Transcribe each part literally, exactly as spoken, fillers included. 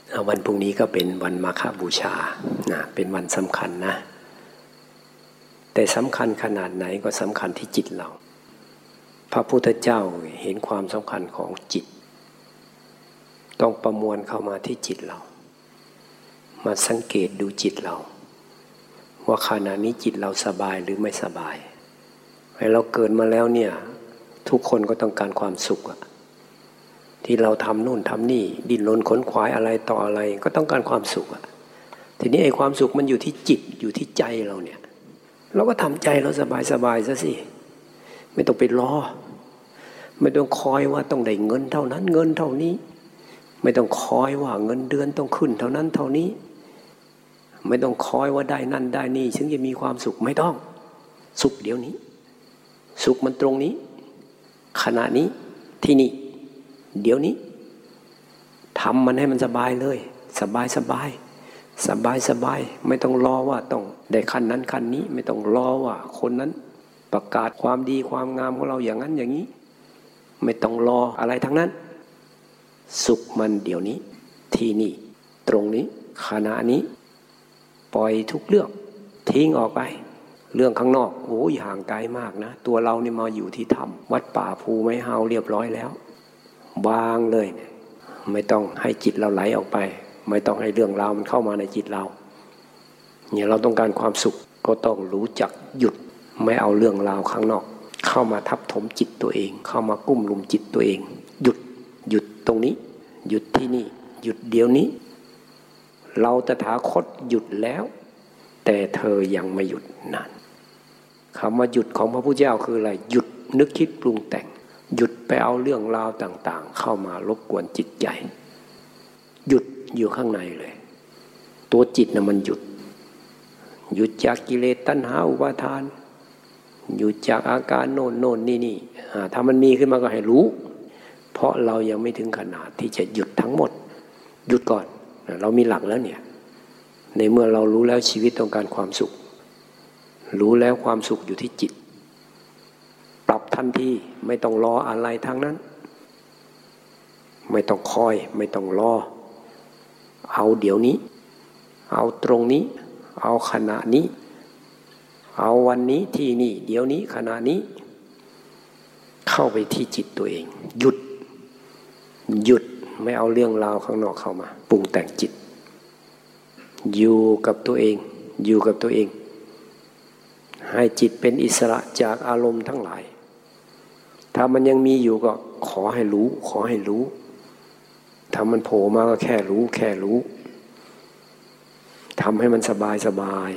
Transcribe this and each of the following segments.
วันพรุ่งนี้ก็เป็นวันมาฆบูชานะเป็นวันสำคัญนะแต่สำคัญขนาดไหนก็สำคัญที่จิตเราพระพุทธเจ้าเห็นความสำคัญของจิตต้องประมวลเข้ามาที่จิตเรามาสังเกตดูจิตเราว่าขณะนี้จิตเราสบายหรือไม่สบายให้เราเกิดมาแล้วเนี่ยทุกคนก็ต้องการความสุขอะที่เราทำนู่นทำนี่ดิ้นรนขนขวายอะไรต่ออะไรก็ต้องการความสุขอะทีนี้ไอ้ความสุขมันอยู่ที่จิตอยู่ที่ใจเราเนี่ยเราก็ทำใจเราสบายสบายซะสิไม่ต้องไปรอไม่ต้องคอยว่าต้องได้เงินเท่านั้นเงินเท่านี้ไม่ต้องคอยว่าเงินเดือนต้องขึ้นเท่านั้นเท่านี้ไม่ต้องคอยว่าได้นั่นได้นี่ถึงจะมีความสุขไม่ต้องสุขเดี๋ยวนี้สุขมันตรงนี้ขณะนี้ที่นี่เดี๋ยวนี้ทำมันให้มันสบายเลยสบายสบายสบายสบายไม่ต้องรอว่าต้องได้ขั้นนั้นขั้นนี้ไม่ต้องรอว่าคนนั้นประกาศความดีความงามของเราอย่างนั้นอย่างนี้ไม่ต้องรออะไรทั้งนั้นสุขมันเดี๋ยวนี้ที่นี่ตรงนี้ขณะนี้ปล่อยทุกเรื่องทิ้งออกไปเรื่องข้างนอกโอ้ยห่างไกลมากนะตัวเรานี่มาอยู่ที่ธรรมวัดป่าภูไม้เฮาเรียบร้อยแล้ววางเลยเนี่ยไม่ต้องให้จิตเราไหลออกไปไม่ต้องให้เรื่องราวมันเข้ามาในจิตเราเนี่ยเราต้องการความสุขก็ต้องรู้จักหยุดไม่เอาเรื่องราวข้างนอกเข้ามาทับถมจิตตัวเองเข้ามากุ้มลุมจิตตัวเองหยุดหยุดตรงนี้หยุดที่นี่หยุดเดี๋ยวนี้เราตถาคตหยุดแล้วแต่เธอยังไม่หยุดนั่นคำว่าหยุดของพระพุทธเจ้าคืออะไรหยุดนึกคิดปรุงแต่งหยุดไปเอาเรื่องราวต่างๆเข้ามารบกวนจิตใจหยุดอยู่ข้างในเลยตัวจิตนะมันหยุดหยุดจากกิเลสตัณหาอุปาทานหยุดจากอาการโน่นโน่นนี่นี่ถ้ามันมีขึ้นมาก็ให้รู้เพราะเรายังไม่ถึงขนาดที่จะหยุดทั้งหมดหยุดก่อนเรามีหลักแล้วเนี่ยในเมื่อเรารู้แล้วชีวิตต้องการความสุขรู้แล้วความสุขอยู่ที่จิตปรับทันทีไม่ต้องรออะไรทั้งนั้นไม่ต้องคอยไม่ต้องรอเอาเดี๋ยวนี้เอาตรงนี้เอาขณะนี้เอาวันนี้ที่นี่เดี๋ยวนี้ขณะนี้เข้าไปที่จิตตัวเองหยุดหยุดไม่เอาเรื่องราวข้างนอกเข้ามาปรุงแต่งจิตอยู่กับตัวเองอยู่กับตัวเองให้จิตเป็นอิสระจากอารมณ์ทั้งหลายถ้ามันยังมีอยู่ก็ขอให้รู้ขอให้รู้ถ้ามันโผล่มาก็แค่รู้แค่รู้ทำให้มันสบายสบาย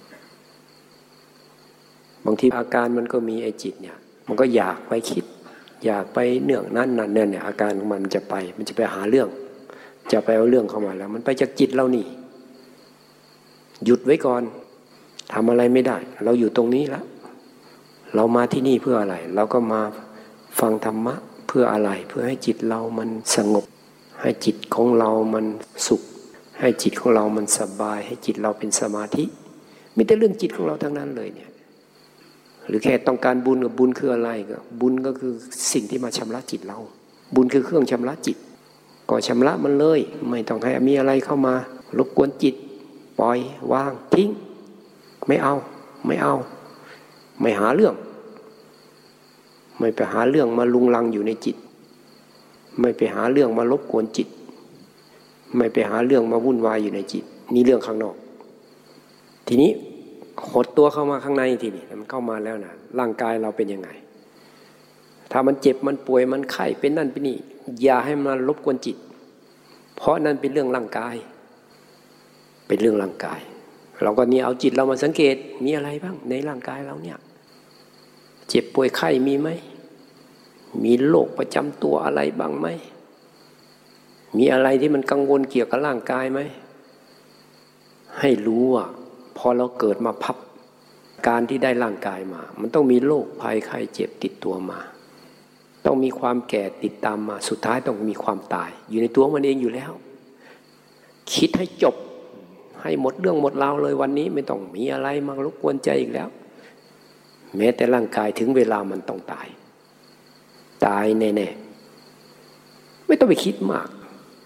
บางทีอาการมันก็มีไอ้จิตเนี่ยมันก็อยากไปคิดอยากไปเนื่องนั่นนั่นเนี่ยเนี่ยอาการของมันจะไปมันจะไปหาเรื่องจะไปเอาเรื่องเข้ามาแล้วมันไปจากจิตเรานี่หยุดไว้ก่อนทำอะไรไม่ได้เราอยู่ตรงนี้แล้วเรามาที่นี่เพื่ออะไรเราก็มาฟังธรรมะเพื่ออะไรเพื่อให้จิตเรามันสงบให้จิตของเรามันสุขให้จิตของเรามันสบายให้จิตเราเป็นสมาธิมีแต่เรื่องจิตของเราทั้งนั้นเลยเนี่ยหรือแค่ต้องการบุญกับบุญคืออะไรก็บุญก็คือสิ่งที่มาชำระจิตเราบุญคือเครื่องชำระจิตก็ชำระมันเลยไม่ต้องให้มีอะไรเข้ามารบกวนจิตปล่อยวางทิ้งไม่เอาไม่เอาไม่หาเรื่องไม่ไปหาเรื่องมาลุงลังอยู่ในจิตไม่ไปหาเรื่องมารบกวนจิตไม่ไปหาเรื่องมาวุ่นวายอยู่ในจิตนี่เรื่องข้างนอกทีนี้หดตัวเข้ามาข้างในทีนี้มันเข้ามาแล้วนะร่างกายเราเป็นยังไงถ้ามันเจ็บมันป่วยมันไข้เป็นนั่นเป็นนี่อย่าให้มันรบกวนจิตเพราะนั่นเป็นเรื่องร่างกายเป็นเรื่องร่างกายเราก็นี่เอาจิตเรามาสังเกตมีอะไรบ้างในร่างกายเราเนี่ยเจ็บป่วยไข้มีไหมมีโรคประจำตัวอะไรบ้างไหมมีอะไรที่มันกังวลเกี่ยวกับร่างกายไหมให้รู้ว่าพอเราเกิดมาพับการที่ได้ร่างกายมามันต้องมีโรคภัยไข้เจ็บติดตัวมาต้องมีความแก่ติดตามมาสุดท้ายต้องมีความตายอยู่ในตัวมันเองอยู่แล้วคิดให้จบให้หมดเรื่องหมดราวเลยวันนี้ไม่ต้องมีอะไรมารบกวนใจอีกแล้วแม้แต่ร่างกายถึงเวลามันต้องตายตายแน่ๆไม่ต้องไปคิดมาก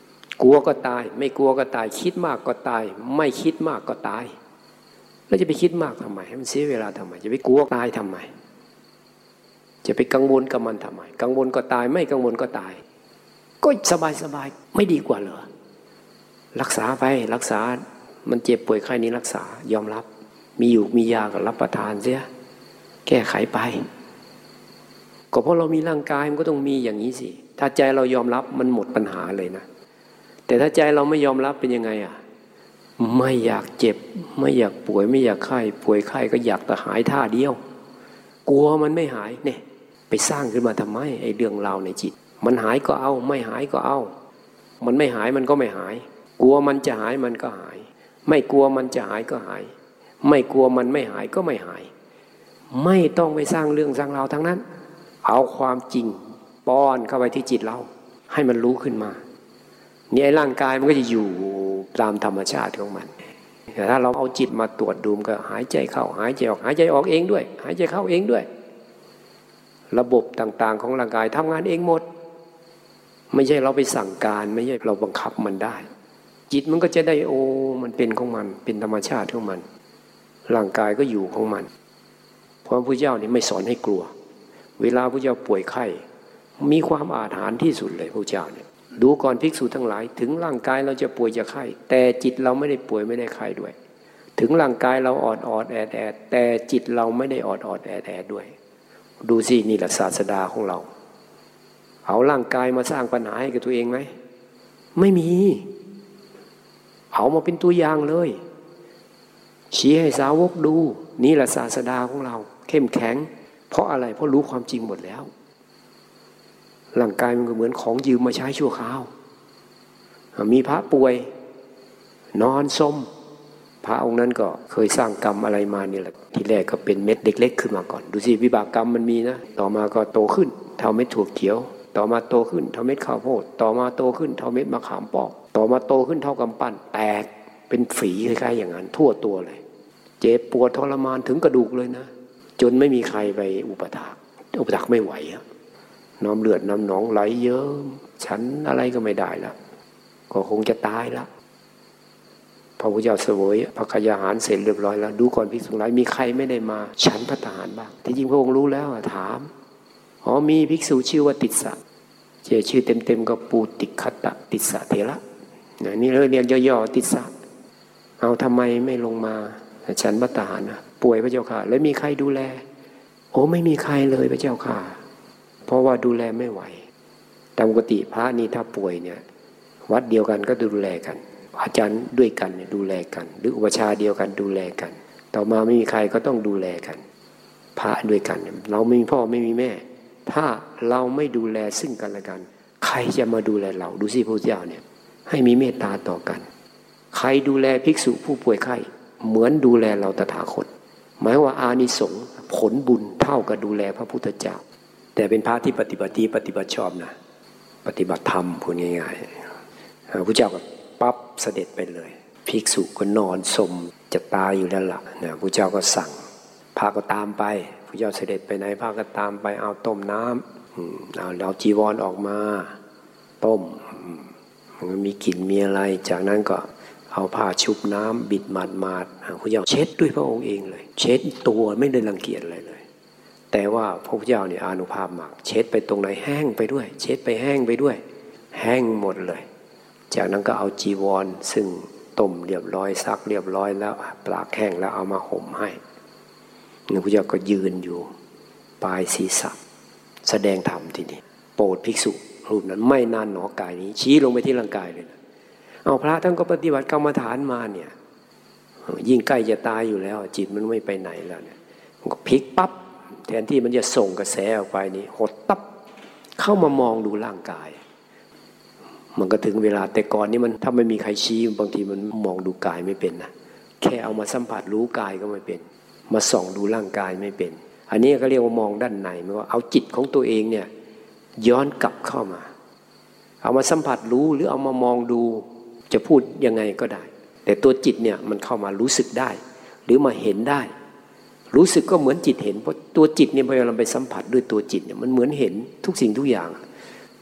กลัวก็ตายไม่กลัวก็ตายคิดมากก็ตายไม่คิดมากก็ตายแล้วจะไปคิดมากทำไมให้มันเสียเวลาทำไมจะไปกลัวตายทำไมจะไปกังวลกับมันทำไมกังวลก็ตายไม่กังวลก็ตายก็สบายสบายไม่ดีกว่าเหรอรักษาไปรักษามันเจ็บป่วยไข้นี้รักษายอมรับมีอยู่มียาก็รับประทานเสียแก้ไขไปก็เพราะเรามีร่างกายมันก็ต้องมีอย่างนี้สิถ้าใจเรายอมรับมันหมดปัญหาเลยนะแต่ถ้าใจเราไม่ยอมรับเป็นยังไงอ่ะไม่อยากเจ็บไม่อยากป่วยไม่อยากไข้ป่วยไข้ก็อยากแต่หายท่าเดียวกลัวมันไม่หายเนี่ยไปสร้างขึ้นมาทำไมไอ้เรื่องราวในจิตมันหายก็เอาไม่หายก็เอามันไม่หายมันก็ไม่หายกลัวมันจะหายมันก็หายไม่กลัวมันจะหายก็หายไม่กลัวมันไม่หายก็ไม่หายไม่ต้องไปสร้างเรื่องสร้างราวทั้งนั้นเอาความจริงป้อนเข้าไปที่จิตเราให้มันรู้ขึ้นมาเนี่ยร่างกายมันก็จะอยู่ตามธรรมชาติของมันแต่ถ้าเราเอาจิตมาตรวจดูมันก็หายใจเข้าหายใจออกหายใจออกเองด้วยหายใจเข้าเองด้วยระบบต่างๆของร่างกายทำงานเองหมดไม่ใช่เราไปสั่งการไม่ใช่เราบังคับมันได้จิตมันก็จะได้โอ้มันเป็นของมันเป็นธรรมชาติของมันร่างกายก็อยู่ของมันเพราะพระพุทธเจ้านี่ไม่สอนให้กลัวเวลาพระพุทธเจ้าป่วยไข้มีความอาถรรพ์ที่สุดเลยพระเจ้าเนี่ยดูก่อนภิกษุทั้งหลายถึงร่างกายเราจะป่วยจะไข้แต่จิตเราไม่ได้ป่วยไม่ได้ไข้ด้วยถึงร่างกายเราออดออดแอดแอดแต่จิตเราไม่ได้ออดออดแอดแอดด้วยดูสินี่แหละศาสดาของเราเอาร่างกายมาสร้างปัญหาให้กับตัวเองไหมไม่มีเอามาเป็นตัวอย่างเลยชี้ให้สาวกดูนี่แหละศาสดาของเราเข้มแข็งเพราะอะไรเพราะรู้ความจริงหมดแล้วร่างกายมันก็เหมือนของยืมมาใช้ชั่วคราวมีพระป่วยนอนสมพระองค์นั้นก็เคยสร้างกรรมอะไรมานี่แหละทีแรกก็เป็นเม็ดเล็กๆขึ้นมาก่อนดูสิวิบากกรรมมันมีนะต่อมาก็โตขึ้นเท่าเม็ดถั่วเขียวต่อมาโตขึ้นเท่าเม็ดข้าวโพดต่อมาโตขึ้นเท่าเม็ดมะขามป้อต่อมาโตขึ้นเท่ากำปั้นแตกเป็นฝีคล้ายๆอย่างนั้นทั่วตัวเลยเจ็บปวดทรมานถึงกระดูกเลยนะจนไม่มีใครไปอุปถากอุปถากไม่ไหวอะน้ำเลือดน้ำหนองไหลเยอะฉันอะไรก็ไม่ได้แล้วก็คงจะตายแล้วพระพุทธเจ้าเสวยพระกยาหารเสร็จเรียบร้อยแล้วดูก่อนภิกษุทั้งหลายมีใครไม่ได้มาฉันพระทหารบ้างที่จริงพระองค์รู้แล้วถามอ๋อมีภิกษุชื่อว่าติสสะชื่อเต็มๆก็ปูติคัตตะติสสะเถระนี่เรียกย่อๆติสสะเอาทำไมไม่ลงมาฉันพระทหารนะป่วยพระเจ้าค่ะแล้วมีใครดูแลโอ้ไม่มีใครเลยพระเจ้าค่ะเพราะว่าดูแลไม่ไหวตามปกติพระนี่ถ้าป่วยเนี่ยวัดเดียวกันก็ดูแลกันอาจารย์ด้วยกันเนี่ยดูแลกันหรืออุปชาเดียวกันดูแลกันต่อมาไม่มีใครก็ต้องดูแลกันพระด้วยกันเราไม่มีพ่อไม่มีแม่ถ้าเราไม่ดูแลซึ่งกันและกันใครจะมาดูแลเราดูสิพระเจ้าเนี่ยให้มีเมตตาต่อกันใครดูแลภิกษุผู้ป่วยไข้เหมือนดูแลเราตถาคตหมายว่าอานิสงส์ผลบุญเท่ากับดูแลพระพุทธเจ้าแต่เป็นพระที่ปฏิบัติปฏิบัติชอบนะปฏิบัติธรรมพูดง่ายๆพระเจ้าก็ปั๊บเสด็จไปเลยภิกษุก็นอนสมจะตายอยู่แล้วล่ะนะพระเจ้าก็สั่งพระก็ตามไปพระเจ้าเสด็จไปไหนพระก็ตามไปเอาต้มน้ำเอาเอาจีวรออกมาต้มมันมีกลิ่นมีอะไรจากนั้นก็เอาผ้าชุบน้ำบิดหมาดหมาดพระเจ้าเช็ดด้วยพระองค์เองเลยเช็ดตัวไม่ได้รังเกียจอะไรเลยแต่ว่าพระพุทธเจ้าเนี่ยอานุภาพมากเช็ดไปตรงไหนแห้งไปด้วยเช็ดไปแห้งไปด้วยแห้งหมดเลยจากนั้นก็เอาจีวรซึ่งต้มเรียบร้อยซักเรียบร้อยแล้วปลากแห้งแล้วเอามาห่มให้พระพุทธเจ้าก็ยืนอยู่ปลายศีรษะแสดงธรรมทีนี้โปรดภิกษุรูปนั้นไม่นานหนอกายนี้ชี้ลงไปที่ร่างกายเลยนะเอาพระท่านก็ปฏิบัติกรรมฐานมาเนี่ยยิ่งใกล้จะตายอยู่แล้วจิตมันไม่ไปไหนแล้วเนี่ยมันก็พลิกปั๊บแทนที่มันจะส่งกระแสออกไปนี่หดตับเข้ามามองดูร่างกายมันก็ถึงเวลาแต่ก่อนนี่มันถ้าไม่มีใครชี้บางทีมันมองดูกายไม่เป็นนะแค่เอามาสัมผัสรู้กายก็ไม่เป็นมาส่องดูร่างกายไม่เป็นอันนี้ก็เรียกว่ามองด้านในหมายว่าเอาจิตของตัวเองเนี่ยย้อนกลับเข้ามาเอามาสัมผัสรู้หรือเอามามองดูจะพูดยังไงก็ได้แต่ตัวจิตเนี่ยมันเข้ามารู้สึกได้หรือมาเห็นได้รู้สึกก็เหมือนจิตเห็นเพราะตัวจิตเนี่ยพอเราไปสัมผัสด้วยตัวจิตเนี่ยมันเหมือนเห็นทุกสิ่งทุกอย่าง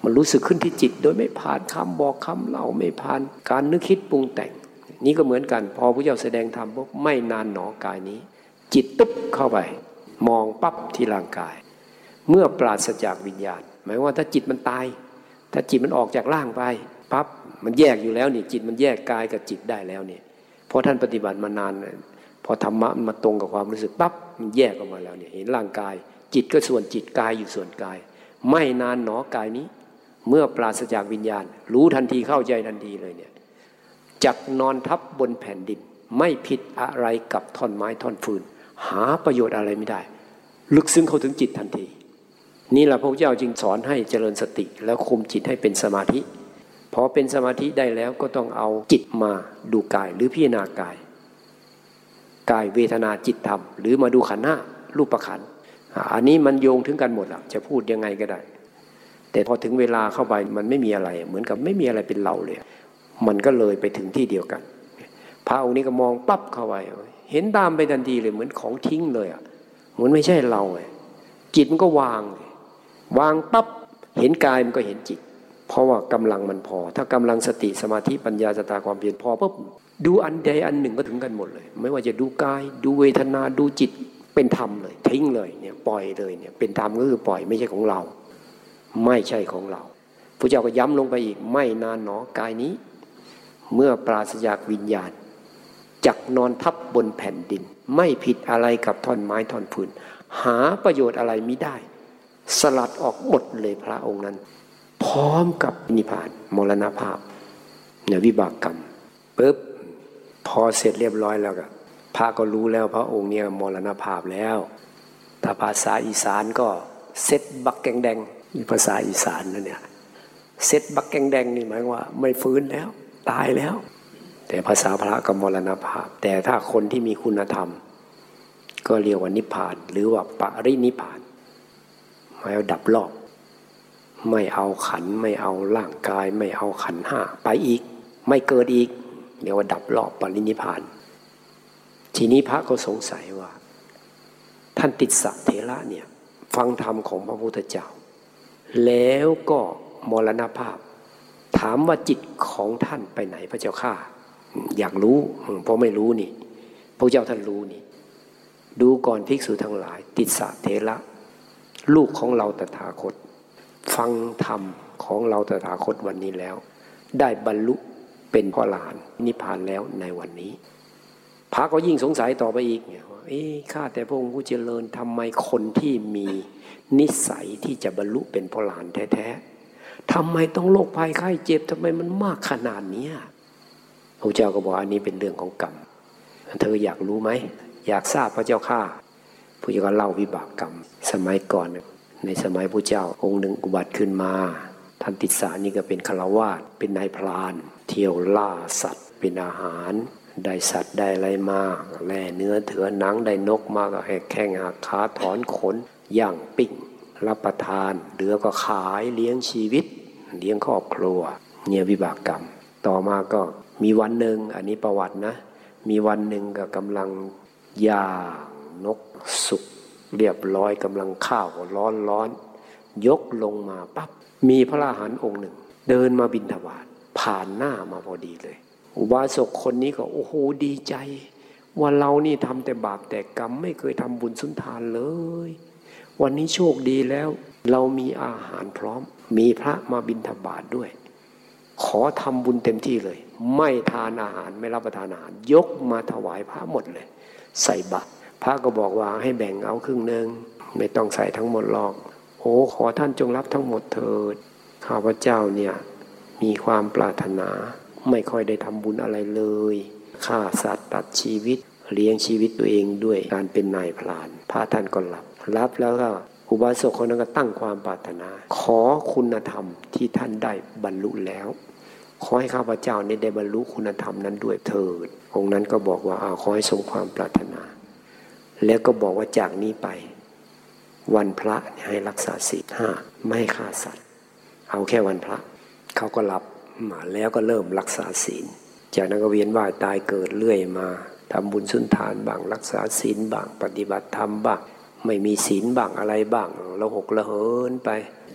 มันรู้สึกขึ้นที่จิตโดยไม่ผ่านคำบอกคำเล่าไม่ผ่านการนึกคิดปรุงแต่งนี่ก็เหมือนกันพอพระเจ้าแสดงธรรมปุ๊บไม่นานหนอกายนี้จิตตุ๊บเข้าไปมองปั๊บที่ร่างกายเมื่อปราศจากวิญญาณหมายว่าถ้าจิตมันตายถ้าจิตมันออกจากร่างไปปั๊บมันแยกอยู่แล้วนี่จิตมันแยกกายกับจิตได้แล้วเนี่ยพอท่านปฏิบัติมานานพอธรรมะมันมาตรงกับความรู้สึกปั๊บมันแยกออกมาแล้วเนี่ยเห็นร่างกายจิตก็ส่วนจิตกายอยู่ส่วนกายไม่นานหนอกายนี้เมื่อปราศจากวิญญาณรู้ทันทีเข้าใจทันทีเลยเนี่ยจักนอนทับบนแผ่นดินไม่ผิดอะไรกับท่อนไม้ท่อนฟืนหาประโยชน์อะไรไม่ได้ลึกซึ้งเข้าถึงจิตทันทีนี่แหละพระพุทธเจ้าจึงสอนให้เจริญสติแล้วคุมจิตให้เป็นสมาธิพอเป็นสมาธิได้แล้วก็ต้องเอาจิตมาดูกายหรือพิจารณากายกายเวทนาจิตธรรมหรือมาดูขันธ์ห้ารูปขันธ์อันนี้มันโยงถึงกันหมดอะจะพูดยังไงก็ได้แต่พอถึงเวลาเข้าไปมันไม่มีอะไรเหมือนกับไม่มีอะไรเป็นเราเลยมันก็เลยไปถึงที่เดียวกันพระองค์นี้ก็มองปั๊บเข้าไปเห็นตามไปทันทีเลยเหมือนของทิ้งเลยอะเหมือนไม่ใช่เราเลยจิตมันก็วางวางปั๊บเห็นกายมันก็เห็นจิตเพราะว่ากำลังมันพอถ้ากำลังสติสมาธิปัญญาสตาความเพียรพอปุ๊บดูอันใดอันหนึ่งก็ถึงกันหมดเลยไม่ว่าจะดูกายดูเวทนาดูจิตเป็นธรรมเลยทิ้งเลยเนี่ยปล่อยเลยเนี่ยเป็นธรรมก็คือปล่อยไม่ใช่ของเราไม่ใช่ของเราพระเจ้าก็ย้ำลงไปอีกไม่นานหนอกายนี้เมื่อปราศจากวิญญาณจักนอนทับบนแผ่นดินไม่ผิดอะไรกับท่อนไม้ท่อนฟืนหาประโยชน์อะไรมิได้สลัดออกหมดเลยพระองค์นั้นพร้อมกับนิพพานมรณภาพเนี่ยวิบากกรรมปึ๊บพอเสร็จเรียบร้อยแล้วก็พระก็รู้แล้วพระองค์เนี่ยมรณภาพแล้วถ้าภาษาอีสานก็เซตบักแกงแดงนี่ภาษาอีสานนะเนี่ยเซตบักแกงแดงนี่หมายว่าไม่ฟื้นแล้วตายแล้วแต่ภาษาพระก็มรณภาพแต่ถ้าคนที่มีคุณธรรมก็เรียกว่านิพพานหรือว่าปรินิพพานหมายว่าดับรอบไม่เอาขันไม่เอาร่างกายไม่เอาขันห้าไปอีกไม่เกิดอีกเรียกว่าดับรอบปรินิพพานทีนี้พระก็สงสัยว่าท่านติสสะเถระเนี่ยฟังธรรมของพระพุทธเจ้าแล้วก็มรณภาพถามว่าจิตของท่านไปไหนพระเจ้าข้าอยากรู้เพราะไม่รู้นี่พระเจ้าท่านรู้นี่ดูก่อนภิกษุทั้งหลายติสสะเถระลูกของเราตถาคตฟังธรรมของเราตถาคตวันนี้แล้วได้บรรลุเป็นพระอรหันต์นิพพานแล้วในวันนี้พระก็ยิ่งสงสัยต่อไปอีกเนี่ยว่าเอ๊ะข้าแต่พระองค์ผู้เจริญทำไมคนที่มีนิสัยที่จะบรรลุเป็นพระอรหันต์แท้ๆทำไมต้องโรคภัยไข้เจ็บทำไมมันมากขนาดนี้พระเจ้าก็บอกอันนี้เป็นเรื่องของกรรมเธออยากรู้ไหมอยากทราบพระเจ้าข้าพระเจ้าก็เล่าวิบากกรรมสมัยก่อนในสมัยพระเจ้าองค์หนึ่งอุบัติขึ้นมาท่านติสสะนี่ก็เป็นฆราวาสเป็นนายพรานเที่ยวล่าสัตว์เป็นอาหารได้สัตว์ได้อะไรมาแล่เนื้อเถือหนังได้นกมาก็แหกแข้งหักขาถอนขนย่างปิ้งรับประทานเหลือก็ขายเลี้ยงชีวิตเลี้ยงครอบครัวเนี่ยวิบากกรรมต่อมาก็มีวันหนึ่งอันนี้ประวัตินะมีวันหนึ่งก็กำลังย่างนกสุกเรียบร้อยกำลังข้าวร้อนร้อนยกลงมาปั๊บมีพระอรหันต์องค์หนึ่งเดินมาบิณฑบาตผ่านหน้ามาพอดีเลยอุบาสกคนนี้ก็โอ้โหดีใจว่าเรานี่ทำแต่บาปแต่กรรมไม่เคยทำบุญสุนทานเลยวันนี้โชคดีแล้วเรามีอาหารพร้อมมีพระมาบิณฑบาตด้วยขอทำบุญเต็มที่เลยไม่ทานอาหารไม่รับประทานอาหารยกมาถวายพระหมดเลยใส่บาตรพระก็บอกว่าให้แบ่งเอาครึ่งนึงไม่ต้องใส่ทั้งหมดหรอกโอ้ขอท่านจงรับทั้งหมดเถิดข้าพเจ้าเนี่ยมีความปรารถนาไม่ค่อยได้ทำบุญอะไรเลยฆ่าสัตว์ตัดชีวิตเลี้ยงชีวิตตัวเองด้วยการเป็นนายพรานพระท่านก็รับรับแล้วก็อุบาสกคนนั้นก็ตั้งความปรารถนาขอคุณธรรมที่ท่านได้บรรลุแล้วขอให้ข้าพเจ้าได้บรรลุคุณธรรมนั้นด้วยเถิดองค์นั้นก็บอกว่าอ้าวขอให้สมความปรารถนาแล้วก็บอกว่าจากนี้ไปวันพระให้รักษาศีลห้าไม่ให้ฆ่าสัตว์เอาแค่วันพระเขาก็รับมาแล้วก็เริ่มรักษาศีลจากนั้นก็เวียนว่ายตายเกิดเรื่อยมาทำบุญสุนทานบ้างรักษาศีลบ้างปฏิบัติธรรมบ้างไม่มีศีลบ้างอะไรบ้างเราหกระเหินไปจ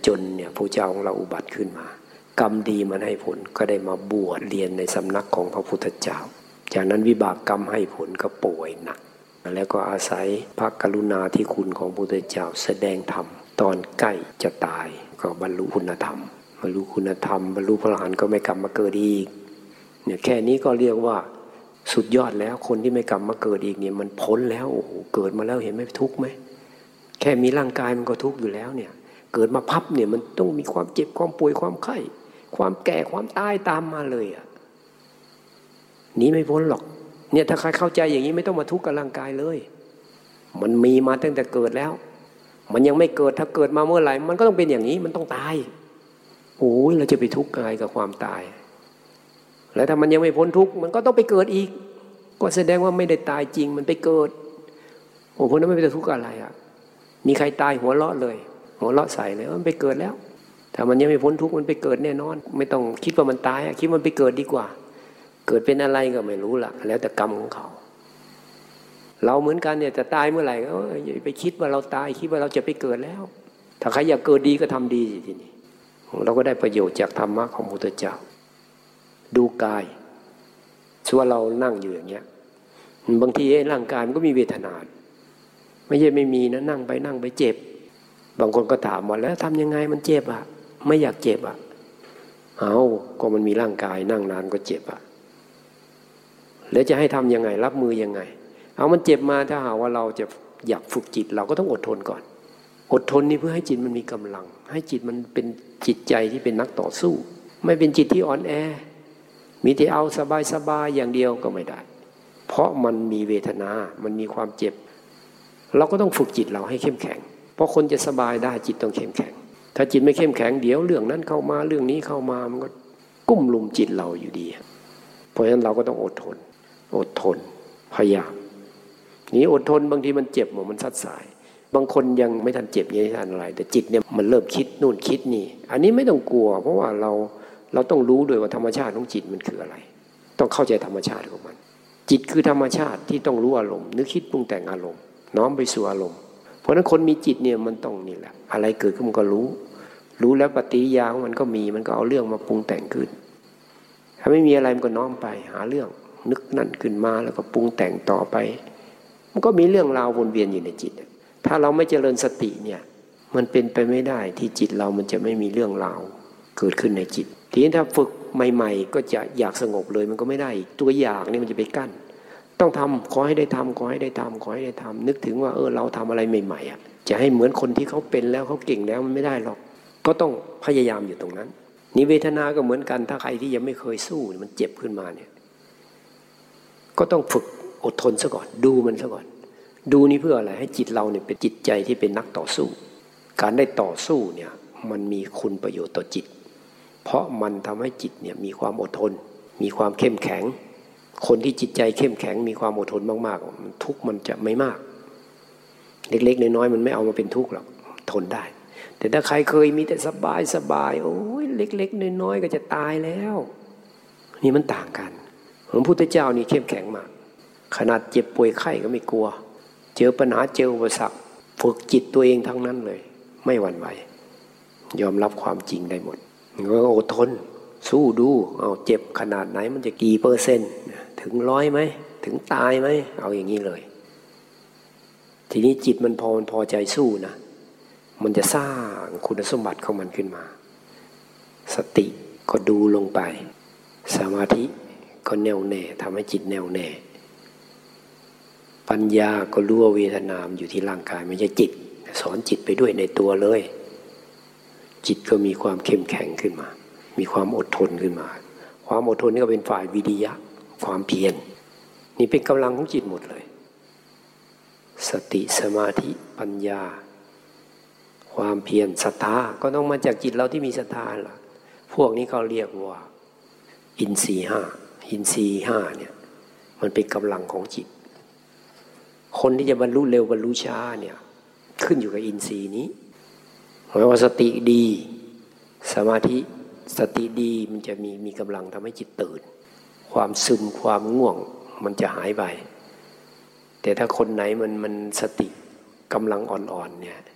จนเนี่ยพระเจ้าของเราอุบัติขึ้นมากรรมดีมันให้ผลก็ได้มาบวชเรียนในสำนักของพระพุทธเจ้าจากนั้นวิบากกรรมให้ผลก็ป่วยหนักแล้วก็อาศัยพระกรุณาธิคุณของพระพุทธเจ้าแสดงธรรมตอนใกล้จะตายก็บรรลุคุณธรรมบรรลุคุณธรรมบรรลุพระอรหันต์ก็ไม่กลับมาเกิดอีกเนี่ยแค่นี้ก็เรียกว่าสุดยอดแล้วคนที่ไม่กลับมาเกิดอีกเนี่ยมันพ้นแล้วโอ้โหเกิดมาแล้วเห็นไหมทุกข์ไหมแค่มีร่างกายมันก็ทุกข์อยู่แล้วเนี่ยเกิดมาพับเนี่ยมันต้องมีความเจ็บความป่วยความไข้ความแก่ความตายตามมาเลยอ่ะหนีไม่พ้นหรอกเนี่ยถ้าใครเข้าใจอย่างนี้ไม่ต้องมาทุกข์กับร่างกายเลยมันมีมาตั้งแต่เกิดแล้วมันยังไม่เกิดถ้าเกิดมาเมื่อไหร่มันก็ต้องเป็นอย่างนี้มันต้องตายโอ้ยเราจะไปทุกข์อะไรกับความตายแล้วถ้ามันยังไม่พ้นทุกข์มันก็ต้องไปเกิดอีกก็แสดงว่าไม่ได้ตายจริงมันไปเกิดโอ้พวกนั้นไม่เป็นทุกข์อะไรอ่ะมีใครตายหัวเราะเลยหัวเราะใส่เลยมันไปเกิดแล้วถ้ามันยังไม่พ้นทุกข์มันไปเกิดแน่นอนไม่ต้องคิดว่ามันตายคิดว่ามันไปเกิดดีกว่าเกิดเป็นอะไรก็ไม่รู้ล่ะแล้วแต่กรรมของเขาเราเหมือนกันเนี่ยจะตายเมื่อไหร่ก็อย่าไปคิดว่าเราตายคิดว่าเราจะไปเกิดแล้วถ้าใครอยากเกิดดีก็ทำดีสิทีนี้เราก็ได้ประโยชน์จากธรรมะของพระพุทธเจ้าดูกายส่วนเรานั่งอยู่อย่างเงี้ยบางทีร่างกายมันก็มีเวทนาไม่ใช่ไม่มีนะนั่งไปนั่งไปเจ็บบางคนก็ถามว่าแล้วทำยังไงมันเจ็บอ่ะไม่อยากเจ็บอ่ะเอาก็มันมีร่างกายนั่งนานก็เจ็บอ่ะแล้วจะให้ทำยังไงรับมือยังไงเอามันเจ็บมาถ้าหากว่าเราจะอยากฝึกจิตเราก็ต้องอดทนก่อนอดทนนี่เพื่อให้จิตมันมีกำลังให้จิตมันเป็นจิตใจที่เป็นนักต่อสู้ไม่เป็นจิตที่อ่อนแอมีแต่เอาสบายๆอย่างเดียวก็ไม่ได้เพราะมันมีเวทนามันมีความเจ็บเราก็ต้องฝึกจิตเราให้เข้มแข็งเพราะคนจะสบายได้จิตต้องเข้มแข็งถ้าจิตไม่เข้มแข็งเดี๋ยวเรื่องนั้นเข้ามาเรื่องนี้เข้ามามันก็กุ้มลุมจิตเราอยู่ดีเพราะฉะนั้นเราก็ต้องอดทนอดทนพยายามนี่อดทนบางทีมันเจ็บเหมือนมันซัดสายบางคนยังไม่ทันเจ็บยังไม่ทันอะไรแต่จิตเนี่ยมันเริ่มคิดนู่นคิดนี่อันนี้ไม่ต้องกลัวเพราะว่าเราเราต้องรู้ด้วยว่าธรรมชาติของจิตมันคืออะไรต้องเข้าใจธรรมชาติของมันจิตคือธรรมชาติที่ต้องรู้อารมณ์นึกคิดปรุงแต่งอารมณ์น้อมไปสู่อารมณ์เพราะฉะนั้นคนมีจิตเนี่ยมันต้องนี่แหละอะไรเกิดขึ้นมันก็รู้รู้แล้วปฏิกิริยาของมันก็มีมันก็เอาเรื่องมาปรุงแต่งขึ้นถ้าไม่มีอะไรมันก็น้อมไปหาเรื่องนึกนั่นขึ้นมาแล้วก็ปรุงแต่งต่อไปมันก็มีเรื่องราววนเวียนอยู่ในจิตถ้าเราไม่เจริญสติเนี่ยมันเป็นไปไม่ได้ที่จิตเรามันจะไม่มีเรื่องราวเกิดขึ้นในจิตทีนี้ถ้าฝึกใหม่ๆก็จะอยากสงบเลยมันก็ไม่ได้ตัวอยากนี่มันจะไปกั้นต้องทำขอให้ได้ทำขอให้ได้ทำขอให้ได้ทำนึกถึงว่าเออเราทำอะไรใหม่ๆอ่ะจะให้เหมือนคนที่เขาเป็นแล้วเขาเก่งแล้วมันไม่ได้หรอกก็ต้องพยายามอยู่ตรงนั้นนี่เวทนาก็เหมือนกันถ้าใครที่ยังไม่เคยสู้มันเจ็บขึ้นมาเนี่ยก็ต้องฝึกอดทนซะก่อนดูมันซะก่อนดูนี่เพื่ออะไรให้จิตเราเนี่ยเป็นจิตใจที่เป็นนักต่อสู้การได้ต่อสู้เนี่ยมันมีคุณประโยชน์ต่อจิตเพราะมันทำให้จิตเนี่ยมีความอดทนมีความเข้มแข็งคนที่จิตใจเข้มแข็งมีความอดทนมากๆทุกข์มันจะไม่มากเล็กๆน้อยๆมันไม่เอามาเป็นทุกข์หรอกทนได้แต่ถ้าใครเคยมีแต่สบายสบายโอ้ยเล็กๆน้อยๆก็จะตายแล้วนี่มันต่างกันพระพุทธเจ้านี่เข้มแข็งมากขนาดเจ็บป่วยไข้ก็ไม่กลัวเจอปัญหาเจออุปสรรคฝึกจิตตัวเองทั้งนั้นเลยไม่หวั่นไหวยอมรับความจริงได้หมดก็อดทนสู้ดูเอาเจ็บขนาดไหนมันจะกี่เปอร์เซ็นต์ถึงร้อยไหมถึงตายไหมเอาอย่างนี้เลยทีนี้จิตมันพอมันพอใจสู้นะมันจะสร้างคุณสมบัติของมันขึ้นมาสติก็ดูลงไปสมาธิก็แน่วแน่ทำให้จิตแน่วแน่ปัญญาก็รู้ว่าเวทนามอยู่ที่ร่างกายไม่ใช่จิตสอนจิตไปด้วยในตัวเลยจิตก็มีความเข้มแข็งขึ้นมามีความอดทนขึ้นมาความอดทนนี่ก็เป็นฝ่ายวิริยะความเพียรนี่เป็นกำลังของจิตหมดเลยสติสมาธิปัญญาความเพียรศรัทธาก็ต้องมาจากจิตเราที่มีศรัทธาล่ะพวกนี้เขาเรียกว่าอินทรีย์ห้าอินทรีย์ห้าเนี่ยมันเป็นกำลังของจิตคนที่จะบรรลุเร็วบรรลุช้าเนี่ยขึ้นอยู่กับอินทรีย์นี้หมายว่าสติดีสมาธิสติดีมันจะมีมีกำลังทำให้จิตตื่นความซึมความง่วงมันจะหายไปแต่ถ้าคนไหนมันมันสติกำลังอ่อนๆเนี่ย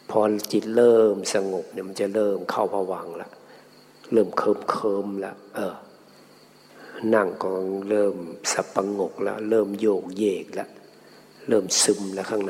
พอจิตเริ่มสงบเนี่ยมันจะเริ่มเข้าภวังค์ละเริ่มเคิมเคิมละเออนั่งก็เริ่มสับประงกแล้วเริ่มโยกเยกแล้วเริ่มซึมแล้วข้างใน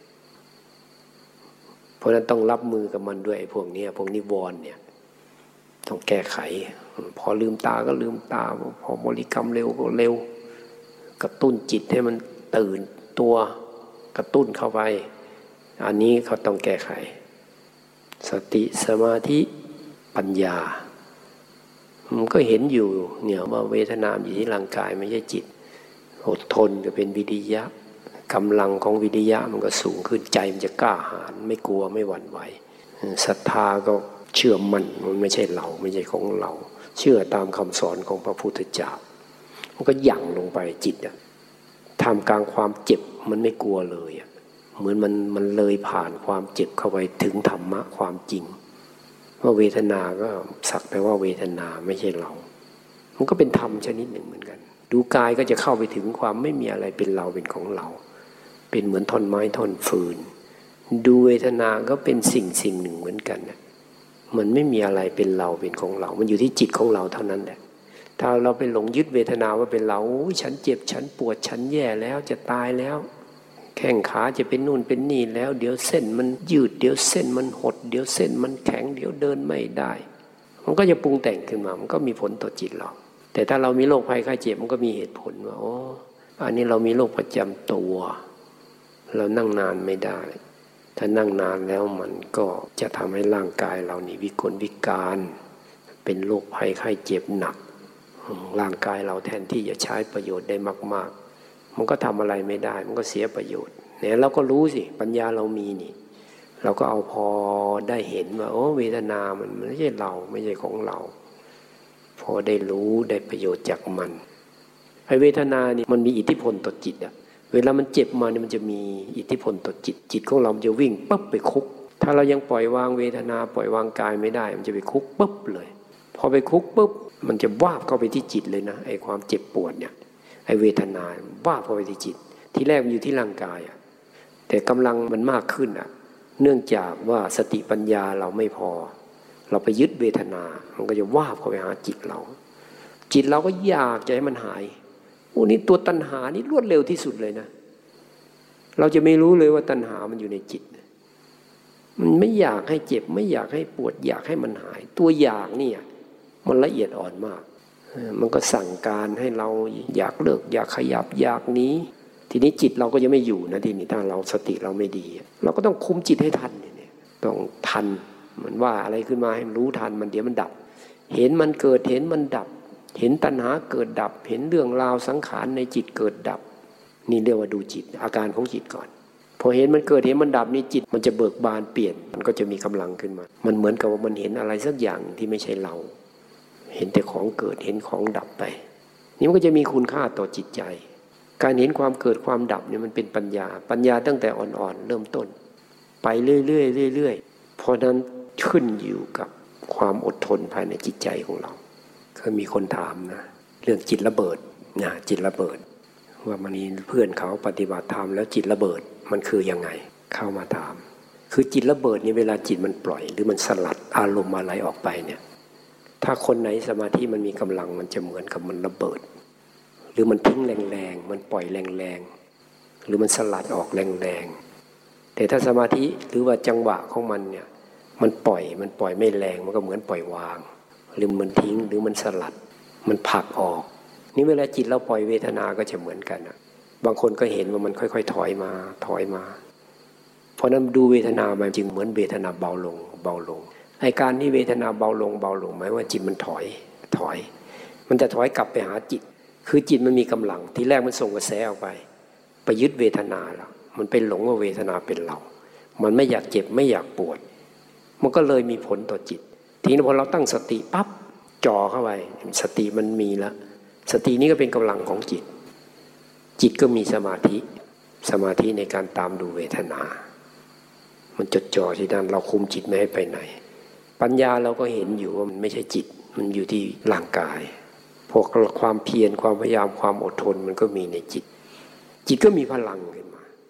เพราะนั้นต้องรับมือกับมันด้วยพวกนี้พวกนิวรณ์เนี่ยต้องแก้ไขพอลืมตาก็ลืมตาพอบริกรรมเร็วก็เร็วกระตุ้นจิตให้มันตื่นตัวกระตุ้นเข้าไปอันนี้เขาต้องแก้ไขสติสมาธิปัญญามันก็เห็นอยู่เนี่ยว่าเวทนาอยู่ที่ร่างกายไม่ใช่จิตอดทนก็เป็นวิริยะกำลังของวิริยะมันก็สูงขึ้นใจมันจะกล้าหาญไม่กลัวไม่หวั่นไหวศรัทธาก็เชื่อมั่นมันไม่ใช่เราไม่ใช่ของเราเชื่อตามคำสอนของพระพุทธเจ้ามันก็หยั่งลงไปจิตอะท่ามกลางความเจ็บมันไม่กลัวเลยอะเหมือนมันมันเลยผ่านความเจ็บเข้าไปถึงธรรมะความจริงว่าเวทนาก็สักแต่ว่าเวทนาไม่ใช่เรามันก็เป็นธรรมชนิดหนึ่งเหมือนกันดูกายก็จะเข้าไปถึงความไม่มีอะไรเป็นเราเป็นของเราเป็นเหมือนท่อนไม้ท่อนฟืนดูเวทนาก็เป็นสิ่งสิ่งหนึ่งเหมือนกันนะมันไม่มีอะไรเป็นเราเป็นของเรามันอยู่ที่จิตของเราเท่านั้นแหละถ้าเราไปหลงยึดเวทนาว่าเป็นเราฉันเจ็บฉันปวดฉันแย่แล้วจะตายแล้วแข้งขาจะเป็นนู่นเป็นนี่แล้วเดี๋ยวเส้นมันยืดเดี๋ยวเส้นมันหดเดี๋ยวเส้นมันแข็งเดี๋ยวเดินไม่ได้มันก็จะปรุงแต่งขึ้นมามันก็มีผลต่อจิตเราแต่ถ้าเรามีโรคภัยไข้เจ็บมันก็มีเหตุผลว่าอ๋ออันนี้เรามีโรคประจำตัวเรานั่งนานไม่ได้ถ้านั่งนานแล้วมันก็จะทำให้ร่างกายเรานี่วิกลวิการเป็นโรคภัยไข้เจ็บหนักร่างกายเราแทนที่จะใช้ประโยชน์ได้มากๆมันก็ทำอะไรไม่ได้มันก็เสียประโยชน์เนี่ยเราก็รู้สิปัญญาเรามีนี่เราก็เอาพอได้เห็นว่าโอ้เวทนามันไม่ใช่เราไม่ใช่ของเราพอได้รู้ได้ประโยชน์จากมันไอ้เวทนานี่มันมีอิทธิพลต่อจิตอะเวลามันเจ็บมาเนี่ยมันจะมีอิทธิพลต่อจิตจิตของเราจะวิ่งปั๊บไปคุกถ้าเรายังปล่อยวางเวทนาปล่อยวางกายไม่ได้มันจะไปคุกปั๊บเลยพอไปคุกปุ๊บมันจะวาบเข้าไปที่จิตเลยนะไอ้ความเจ็บปวดเนี่ยไอ้เวทนาวาบเข้าไปที่จิตที่แรกมันอยู่ที่ร่างกายอะแต่กำลังมันมากขึ้นอะเนื่องจากว่าสติปัญญาเราไม่พอเราไปยึดเวทนามันก็จะวาบเข้าไปหาจิตเราจิตเราก็อยากจะให้มันหายโอ้นี่ตัวตัณหานี่รวดเร็วที่สุดเลยนะเราจะไม่รู้เลยว่าตัณหามันอยู่ในจิตมันไม่อยากให้เจ็บไม่อยากให้ปวดอยากให้มันหายตัวอยากนี่มันละเอียดอ่อนมากมันก็สั่งการให้เราอยากเลิกอยากขยับอยากหนีทีนี้จิตเราก็ยังไม่อยู่นะทีนี้ถ้าเราสติเราไม่ดีเราก็ต้องคุมจิตให้ทันเนี่ยต้องทันมันว่าอะไรขึ้นมาให้มันรู้ทันมันเดี๋ยวมันดับเห็นมันเกิดเห็นมันดับเห็นตัณหาเกิดดับเห็นเรื่องราวสังขารในจิตเกิดดับนี่เรียกว่าดูจิตอาการของจิตก่อนพอเห็นมันเกิดเห็นมันดับนี่จิตมันจะเบิกบานเปลี่ยนมันก็จะมีกำลังขึ้นมามันเหมือนกับว่ามันเห็นอะไรสักอย่างที่ไม่ใช่เราเห็นแต่ของเกิดเห็นของดับไปนี่มันก็จะมีคุณค่าต่อจิตใจการเห็นความเกิดความดับเนี่ยมันเป็นปัญญาปัญญาตั้งแต่อ่อนๆเริ่มต้นไปเรื่อยๆเรื่อยๆเพราะนั้นขึ้นอยู่กับความอดทนภายในจิตใจของเราเคยมีคนถามนะเรื่องจิตระเบิดนะจิตระเบิดว่ามันมีเพื่อนเขาปฏิบัติธรรมแล้วจิตระเบิดมันคือยังไงเข้ามาถามคือจิตระเบิดนี่เวลาจิตมันปล่อยหรือมันสลัดอารมณ์อะไรออกไปเนี่ยถ้าคนไหนสมาธิมันมีกำลังมันจะเหมือนกับมันระเบิดหรือมันทิ้งแรงๆมันปล่อยแรงๆหรือมันสลัดออกแรงๆแต่ถ้าสมาธิหรือว่าจังหวะของมันเนี่ยมันปล่อยมันปล่อยไม่แรงมันก็เหมือนปล่อยวางหรือมันทิ้งหรือมันสลัดมันผลักออกนี่เวลาจิตเราปล่อยเวทนาก็จะเหมือนกันนะบางคนก็เห็นว่ามันค่อยๆถอยมาถอยมาเพราะนั้นดูเวทนามันจึงเหมือนเวทนาเบาลงเบาลงไอ้การที่เวทนาเบาลงเบาลงหมายว่าจิตมันถอยถอยมันจะถอยกลับไปหาจิตคือจิตมันมีกำลังทีแรกมันส่งกระแสออกไปไปยึดเวทนาแล้วมันเป็นหลงว่าเวทนาเป็นเรามันไม่อยากเจ็บไม่อยากปวดมันก็เลยมีผลต่อจิตทีนี้พอเราตั้งสติปั๊บจ่อเข้าไปสติมันมีแล้วสตินี้ก็เป็นกำลังของจิตจิตก็มีสมาธิสมาธิในการตามดูเวทนามันจดจ่อที่นั่นเราคุมจิตไม่ให้ไปไหนปัญญาเราก็เห็นอยู่ว่ามันไม่ใช่จิตมันอยู่ที่ร่างกายพวกความเพียรความพยายามความอดทนมันก็มีในจิตจิตก็มีพลังขึ้นมา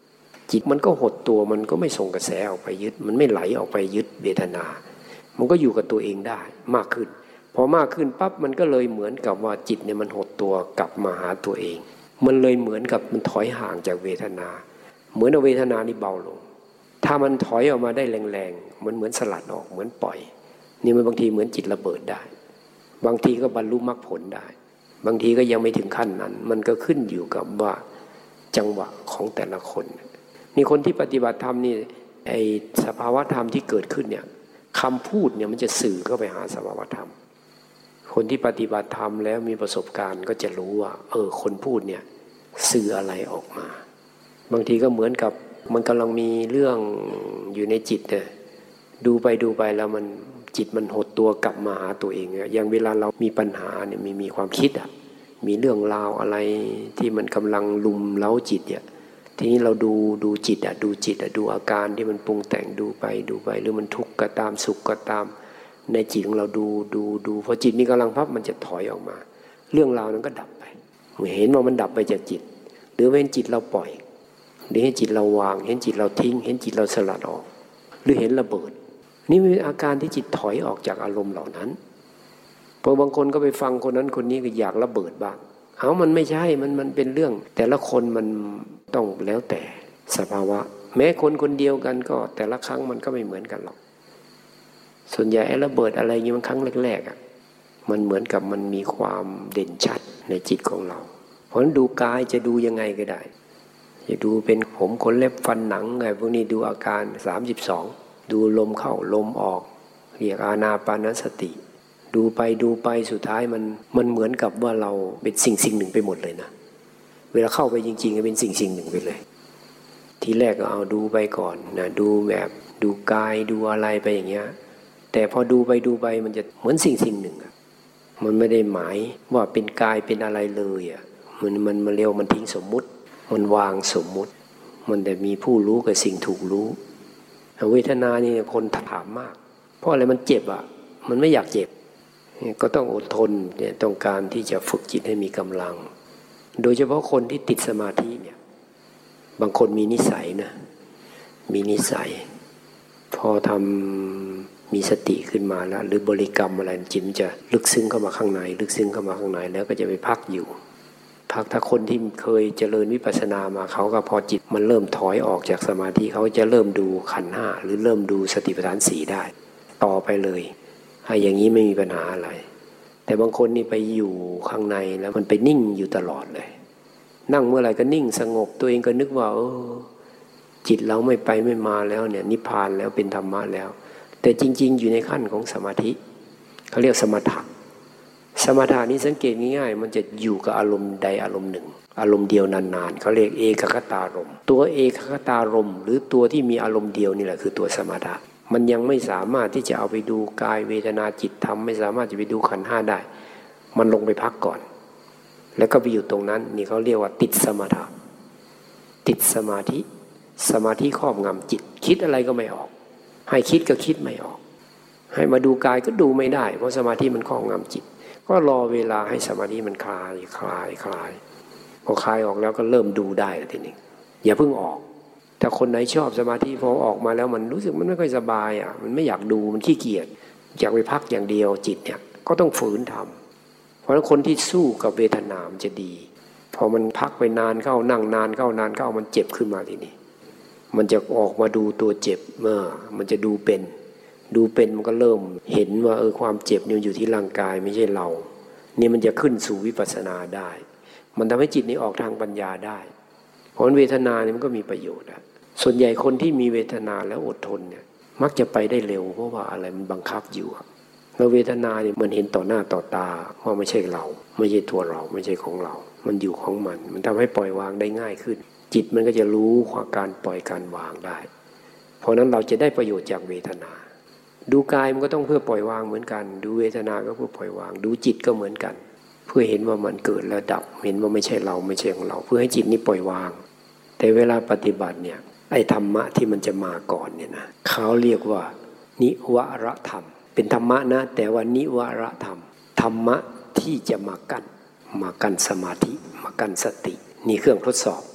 จิตมันก็หดตัวมันก็ไม่ส่งกระแสออกไปยึดมันไม่ไหลออกไปยึดเวทนามันก็อยู่กับตัวเองได้มากขึ้นพอมากขึ้นปั๊บมันก็เลยเหมือนกับว่าจิตเนี่ยมันหดตัวกลับมาหาตัวเองมันเลยเหมือนกับมันถอยห่างจากเวทนาเหมือนเวทนานี่เบาลงถ้ามันถอยออกมาได้แรงๆมันเหมือนสลัดออกเหมือนปล่อยนี่มันบางทีเหมือนจิตระเบิดได้บางทีก็บรรลุมรรคผลได้บางทีก็ยังไม่ถึงขั้นนั้นมันก็ขึ้นอยู่กับว่าจังหวะของแต่ละคนนี่คนที่ปฏิบัติธรรมนี่ไอสภาวะธรรมที่เกิดขึ้นเนี่ยคำพูดเนี่ยมันจะสื่อเข้าไปหาสภาวะธรรมคนที่ปฏิบัติธรรมแล้วมีประสบการณ์ก็จะรู้ว่าเออคนพูดเนี่ยสื่ออะไรออกมาบางทีก็เหมือนกับมันกำลังมีเรื่องอยู่ในจิตเนี่ยดูไปดูไปแล้วมันจิตมันหดตัวกลับมาหาตัวเองอย่างเวลาเรามีปัญหาเนี่ยมีมีความคิดอ่ะมีเรื่องราวอะไรที่มันกำลังลุมเล้าจิตเนี่ยทีนี้เราดูดูจิตอ่ะดูจิตอ่ะดูอาการที่มันปรุงแต่งดูไปดูไปหรือมันทุกข์ก็ตามสุขก็ตามในจิตของเราดูดูดูพอจิตมีกำลังพับมันจะถอยออกมาเรื่องราวนั้นก็ดับไปเห็นว่ามันดับไปจากจิตหรือเห็นจิตเราปล่อยหรือเห็นจิตเราวางเห็นจิตเราทิ้งเห็นจิตเราสลัดออกหรือเห็นระเบิดนี่เป็นอาการที่จิตถอยออกจากอารมณ์เหล่านั้นพอบางคนก็ไปฟังคนนั้นคนนี้ก็อยากระเบิดบ้างเอามันไม่ใช่มันมันเป็นเรื่องแต่ละคนมันต้องแล้วแต่สภาวะแม้คนคนเดียวกันก็แต่ละครั้งมันก็ไม่เหมือนกันหรอกส่วนใหญ่ไอ้ระเบิดอะไรอย่างนี้มันครั้งแรกๆอ่ะมันเหมือนกับมันมีความเด่นชัดในจิตของเราเพราะฉะนั้นดูกายจะดูยังไงก็ได้จะดูเป็นผมขนเล็บฟันหนังไงพวกนี้ดูอาการสามสิบสองดูลมเข้าลมออกเรียกอานาปานสติดูไปดูไปสุดท้ายมันมันเหมือนกับว่าเราเป็นสิ่งสิ่งหนึ่งไปหมดเลยนะเวลาเข้าไปจริงๆก็เป็นสิ่งสิ่งหนึ่งไปเลยทีแรกก็เอาดูไปก่อนนะดูแบบดูกายดูอะไรไปอย่างเงี้ยแต่พอดูไปดูไปมันจะเหมือนสิ่งสิ่งหนึ่งอ่ะมันไม่ได้หมายว่าเป็นกายเป็นอะไรเลยอ่ะมันมันมันเร็วมันทิ้งสมมุติมันวางสมมุติมันแต่มีผู้รู้กับสิ่งถูกรู้เวทนานี่คนถามมากเพราะอะไรมันเจ็บอ่ะมันไม่อยากเจ็บก็ต้องอดทนเนี่ยต้องการที่จะฝึกจิตให้มีกำลังโดยเฉพาะคนที่ติดสมาธิเนี่ยบางคนมีนิสัยนะมีนิสัยพอทำมีสติขึ้นมาแล้วหรือบริกรรมอะไรจิตจะลึกซึ้งเข้ามาข้างในลึกซึ้งเข้ามาข้างในแล้วก็จะไปพักอยู่พักถ้าคนที่เคยเจริญวิปัสสนามาเขาก็พอจิตมันเริ่มถอยออกจากสมาธิเขาจะเริ่มดูขันธ์ห้าหรือเริ่มดูสติปัฏฐานสี่ได้ต่อไปเลยให้อย่างนี้ไม่มีปัญหาอะไรแต่บางคนนี่ไปอยู่ข้างในแล้วมันไปนิ่งอยู่ตลอดเลยนั่งเมื่อไหร่ก็นิ่งสงบตัวเองก็นึกว่าเออจิตเราไม่ไปไม่มาแล้วเนี่ยนิพพานแล้วเป็นธรรมะแล้วแต่จริงๆอยู่ในขั้นของสมาธิเขาเรียกสมถะสมถะนี้สังเกตง่ายๆมันจะอยู่กับอารมณ์ใดอารมณ์หนึ่งอารมณ์เดียวนานๆเขาเรียกเอกคตารมณ์ตัวเอกคตารมณ์หรือตัวที่มีอารมณ์เดียวนี่แหละคือตัวสมถะมันยังไม่สามารถที่จะเอาไปดูกายเวทนาจิตธรรมไม่สามารถจะไปดูขันธ์ห้าได้มันลงไปพักก่อนแล้วก็ไปอยู่ตรงนั้นนี่เขาเรียกว่าติดสมถะติดสมาธิสมาธิครอบงำจิตคิดอะไรก็ไม่ออกให้คิดก็คิดไม่ออกให้มาดูกายก็ดูไม่ได้เพราะสมาธิมันครอบงำจิตก็รอเวลาให้สมาธิมันคลายคลายคลายพอคลายออกแล้วก็เริ่มดูได้ทีนี้อย่าเพิ่งออกแต่คนไหนชอบสมาธิพอออกมาแล้วมันรู้สึกมันไม่ค่อยสบายอ่ะมันไม่อยากดูมันขี้เกียจอยากไปพักอย่างเดียวจิตเนี่ยก็ต้องฝืนทำเพราะฉะนั้นคนที่สู้กับเวทนามันจะดีพอมันพักไปนานเข้านั่งนานเข้านานเข้ามันเจ็บขึ้นมาทีนี้มันจะออกมาดูตัวเจ็บเมื่อมันจะดูเป็นดูเป็นมันก็เริ่มเห็นว่าเออความเจ็บนี่อยู่ที่ร่างกายไม่ใช่เรานี่มันจะขึ้นสู่วิปัสสนาได้มันทำให้จิตนี้ออกทางปัญญาได้เพราะเวทนานี่มันก็มีประโยชน์อะส่วนใหญ่คนที่มีเวทนาแล้วอดทนเนี่ยมักจะไปได้เร็วเพราะว่าอะไรมันบังคับอยู่แล้วเวทนาเนี่ยมันเห็นต่อหน้าต่อตาว่าไม่ใช่เราไม่ใช่ตัวเราไม่ใช่ของเรามันอยู่ของมันมันทำให้ปล่อยวางได้ง่ายขึ้นจิตมันก็จะรู้การปล่อยการวางได้เพราะนั้นเราจะได้ประโยชน์จากเวทนาดูกายมันก็ต้องเพื่อปล่อยวางเหมือนกันดูเวทนาก็เพื่อปล่อยวางดูจิตก็เหมือนกันเพื่อเห็นว่ามันเกิดแล้วดับเห็นว่าไม่ใช่เราไม่ใช่ของเราเพื่อให้จิตนี้ปล่อยวางแต่เวลาปฏิบัติเนี่ยไอ้ธรรมะที่มันจะมาก่อนเนี่ยนะเขาเรียกว่านิวรธรรมเป็นธรรมะนะแต่ว่านิวรธรรมธรรมะที่จะมากั้นมากั้นสมาธิมากั้นสตินี่เครื่องทดสอบ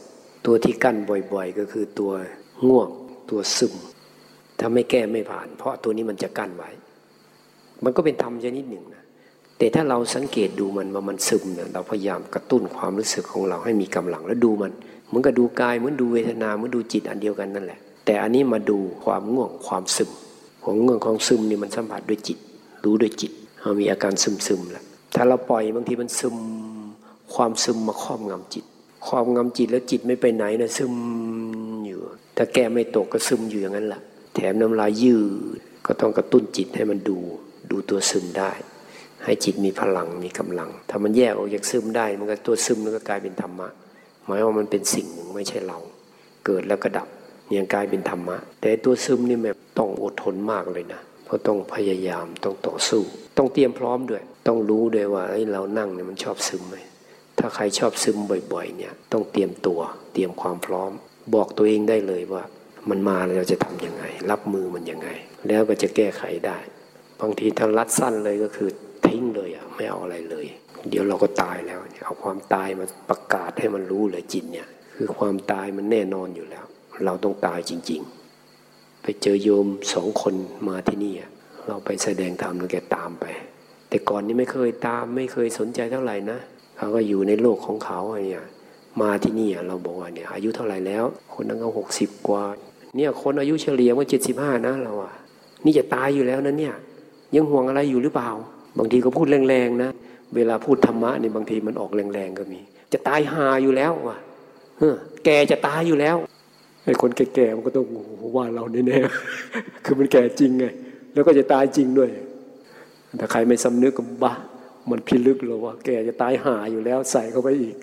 ตัวที่กั้นบ่อยๆก็คือตัวง่วงตัวซึมถ้าไม่แก้ไม่ผ่านเพราะตัวนี้มันจะกั้นไว้มันก็เป็นธรรมชนิดหนึ่งนะแต่ถ้าเราสังเกตดูมันว่ามันซึมเนี่ยเราพยายามกระตุ้นความรู้สึกของเราให้มีกำลังแล้วดูมันเหมือนกับดูกายเหมือนดูเวทนาเหมือนดูจิตอันเดียวกันนั่นแหละแต่อันนี้มาดูความง่วงความซึมของง่วงของซึมนี่มันสัมผัสด้วยจิตรู้ด้วยจิตเรามีอาการซึมซึมแล้วถ้าเราปล่อยบางทีมันซึมความซึมมาครอบงำจิตครอบงำจิตแล้วจิตไม่ไปไหนนะซึมอยู่ถ้าแก้ไม่ตกก็ซึมอยู่อย่างนั้นแหละแถมน้ำลายยืดก็ต้องกระตุ้นจิตให้มันดูดูตัวซึมได้ให้จิตมีพลังมีกำลังถ้ามันแยกออกจากซึมได้มันก็ตัวซึมมันก็กลายเป็นธรรมะหมายว่ามันเป็นสิ่งหนึ่งไม่ใช่เราเกิดแล้วก็ดับเนี่ยกลายเป็นธรรมะแต่ตัวซึมนี่แบบต้องอดทนมากเลยนะเพราะต้องพยายามต้องต่อสู้ต้องเตรียมพร้อมด้วยต้องรู้ด้วยว่าเรานั่งเนี่ยมันชอบซึมไหมถ้าใครชอบซึมบ่อยๆเนี่ยต้องเตรียมตัวเตรียมความพร้อมบอกตัวเองได้เลยว่ามันมาแล้วเราจะทำยังไงรับมือมันยังไงแล้วก็จะแก้ไขได้บางทีถ้ารัดสั้นเลยก็คือทิ้งเลยอ่ะไม่เอาอะไรเลยเดี๋ยวเราก็ตายแล้วเอาความตายมาประกาศให้มันรู้เลยจิตเนี่ยคือความตายมันแน่นอนอยู่แล้วเราต้องตายจริงๆไปเจอโยมสองคนมาที่นี่เราไปแสดงธรรมแล้วแกตามไปแต่ก่อนนี้ไม่เคยตามไม่เคยสนใจเท่าไหร่นะเขาก็อยู่ในโลกของเขาเนี่ยมาที่นี่เราบอกว่าเนี่ยอายุเท่าไหร่แล้วคนนั้นก็หกสิบกว่าเนี่ยคนอายุเฉลี่ยว่าเจ็ดสิบห้านะเราอ่ะนี่จะตายอยู่แล้วนะเนี่ยยังห่วงอะไรอยู่หรือเปล่าบางทีก็พูดแรงๆนะเวลาพูดธรรมะนี่บางทีมันออกแรงๆก็มีจะตายหาอยู่แล้วว่ะเออแกจะตายอยู่แล้วไอ้คนแก่ๆมันก็ต้องว่าเราแน่ๆคือมันแก่จริงไงแล้วก็จะตายจริงด้วยถ้าใครไม่สำนึกก็บ้ามันพิลึกเลยว่าแกจะตายหาอยู่แล้วใส่เข้าไปอีก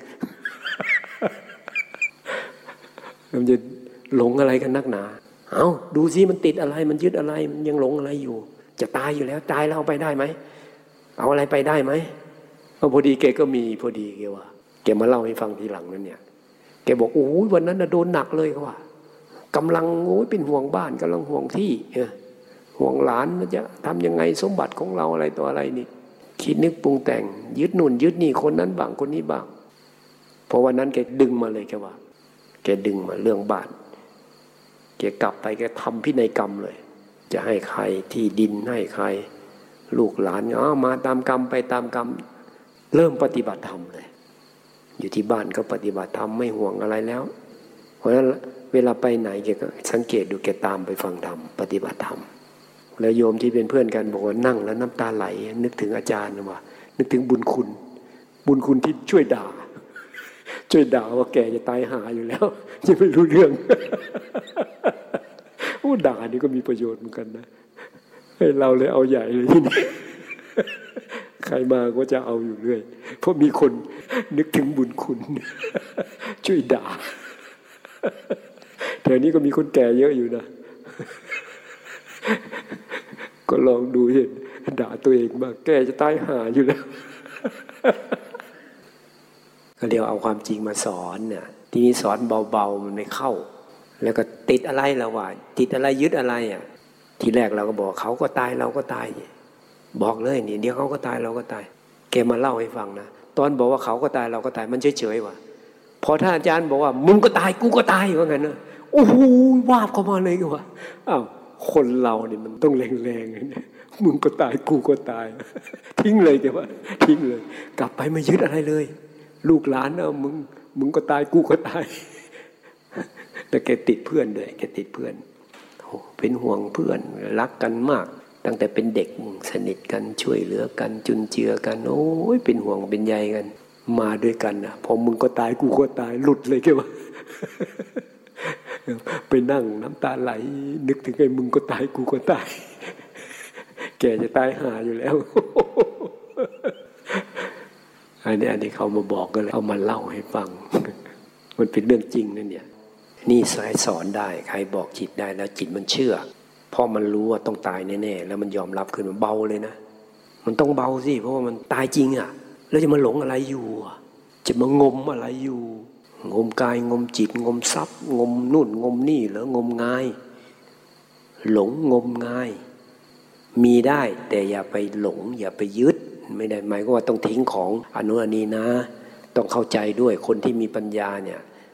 มันจะหลงอะไรกันนักหนาเอาดูสิมันติดอะไรมันยึดอะไรมันยังหลงอะไรอยู่จะตายอยู่แล้วตายแล้วเอาไปได้ไหมเอาอะไรไปได้ไหมพอดีแกก็มีพอดีแกว่าแกมาเล่าให้ฟังทีหลังนั้นเนี่ยแกบอกโอ้ยวันนั้นน่ะโดนหนักเลยเขาว่ากำลังโอ้ยเป็นห่วงบ้านกำลังห่วงที่ห่วงหลานมันจะทำยังไงสมบัติของเราอะไรต่ออะไรนี่คิดนึกปรุงแต่งยึดหนุนยึดนี่คนนั้นบ้างคนนี้บ้างเพราะวันนั้นแกดึงมาเลยแกว่าแกดึงมาเรื่องบ้านแกกลับไปแกทำพินัยกรรมเลยจะให้ใครที่ดินให้ใครลูกหลานอ๋อมาตามกรรมไปตามกรรมเริ่มปฏิบัติธรรมเลยอยู่ที่บ้านก็ปฏิบัติธรรมไม่ห่วงอะไรแล้วเพราะฉะนั้นเวลาไปไหนแกก็สังเกตดูแกตามไปฟังธรรมปฏิบัติธรรมแล้วโยมที่เป็นเพื่อนกันบอกว่านั่งแล้วน้ำตาไหลนึกถึงอาจารย์ว่านึกถึงบุญคุณบุญคุณที่ช่วยด่าช่วยด่าว่าแกจะตายหาอยู่แล้วยังไม่รู้เรื่องโอ้ด่านี่ก็มีประโยชน์เหมือนกันนะให้เราเลยเอาใหญ่เลยที่นี่ใครมาก็จะเอาอยู่เรื่อยเพราะมีคนนึกถึงบุญคุณช่วยด่าแถวนี้ก็มีคนแก่เยอะอยู่นะก็ลองดูเห็นด่าตัวเองบ้างแกจะตายหาอยู่แล้วก็เรียกเอาความจริงมาสอนเนี่ยทีนี้สอนเบาๆมันไม่เข้าแล้วก็ติดอะไรเราว่าติดอะไรยึดอะไรอ่ะทีแรกเราก็บอกเขาก็ตายเราก็ตายบอกเลยนี่เดี๋ยวเขาก็ตายเราก็ตายแกมาเล่าให้ฟังนะตอนบอกว่าเขาก็ตายเราก็ตายมันเฉยๆว่ะพอท่านอาจารย์บอกว่ามึงก็ตายกูก็ตายว่างั้นนะโอ้โหวาบเข้ามาเลยก็ว่าอ้าวคนเราเนี่ยมันต้องแรงๆเนี่ยมึงก็ตายกูก็ตายทิ้งเลยแกว่าทิ้งเลยกลับไปไม่ยึดอะไรเลยลูกหลานเอามึงมึงก็ตายกูก็ตายแต่แกติดเพื่อนด้วยแกติดเพื่อนโอ้เป็นห่วงเพื่อนรักกันมากตั้งแต่เป็นเด็กสนิทกันช่วยเหลือกันจุนเจือกันโอ้ยเป็นห่วงเป็นใยกันมาด้วยกันนะพอมึงก็ตายกูก็ตายหลุดเลยแกว่าไปนั่งน้ำตาไหลนึกถึงไอ้มึงก็ตายกูก็ตายแกจะตายหาอยู่แล้วอันนี้อันนี้เขามาบอกก็เลยเอามาเล่าให้ฟังมันเป็นเรื่องจริงนั่นเนี่ยนี่สายสอนได้ใครบอกจิตได้แล้วจิตมันเชื่อเพราะมันรู้ว่าต้องตายแน่ๆแล้วมันยอมรับขึ้นมันเบาเลยนะมันต้องเบาสิเพราะว่ามันตายจริงอ่ะแล้วจะมาหลงอะไรอยู่จะมางมอะไรอยู่งมกายงมจิตงมทรัพย์งมนู่นงมนี่เหรองมงายหลงงมงายมีได้แต่อย่าไปหลงอย่าไปยึดไม่ได้หมายก็ว่าต้องทิ้งของอนุอันนี้นะต้องเข้าใจด้วยคนที่มีปัญญาเนี่ย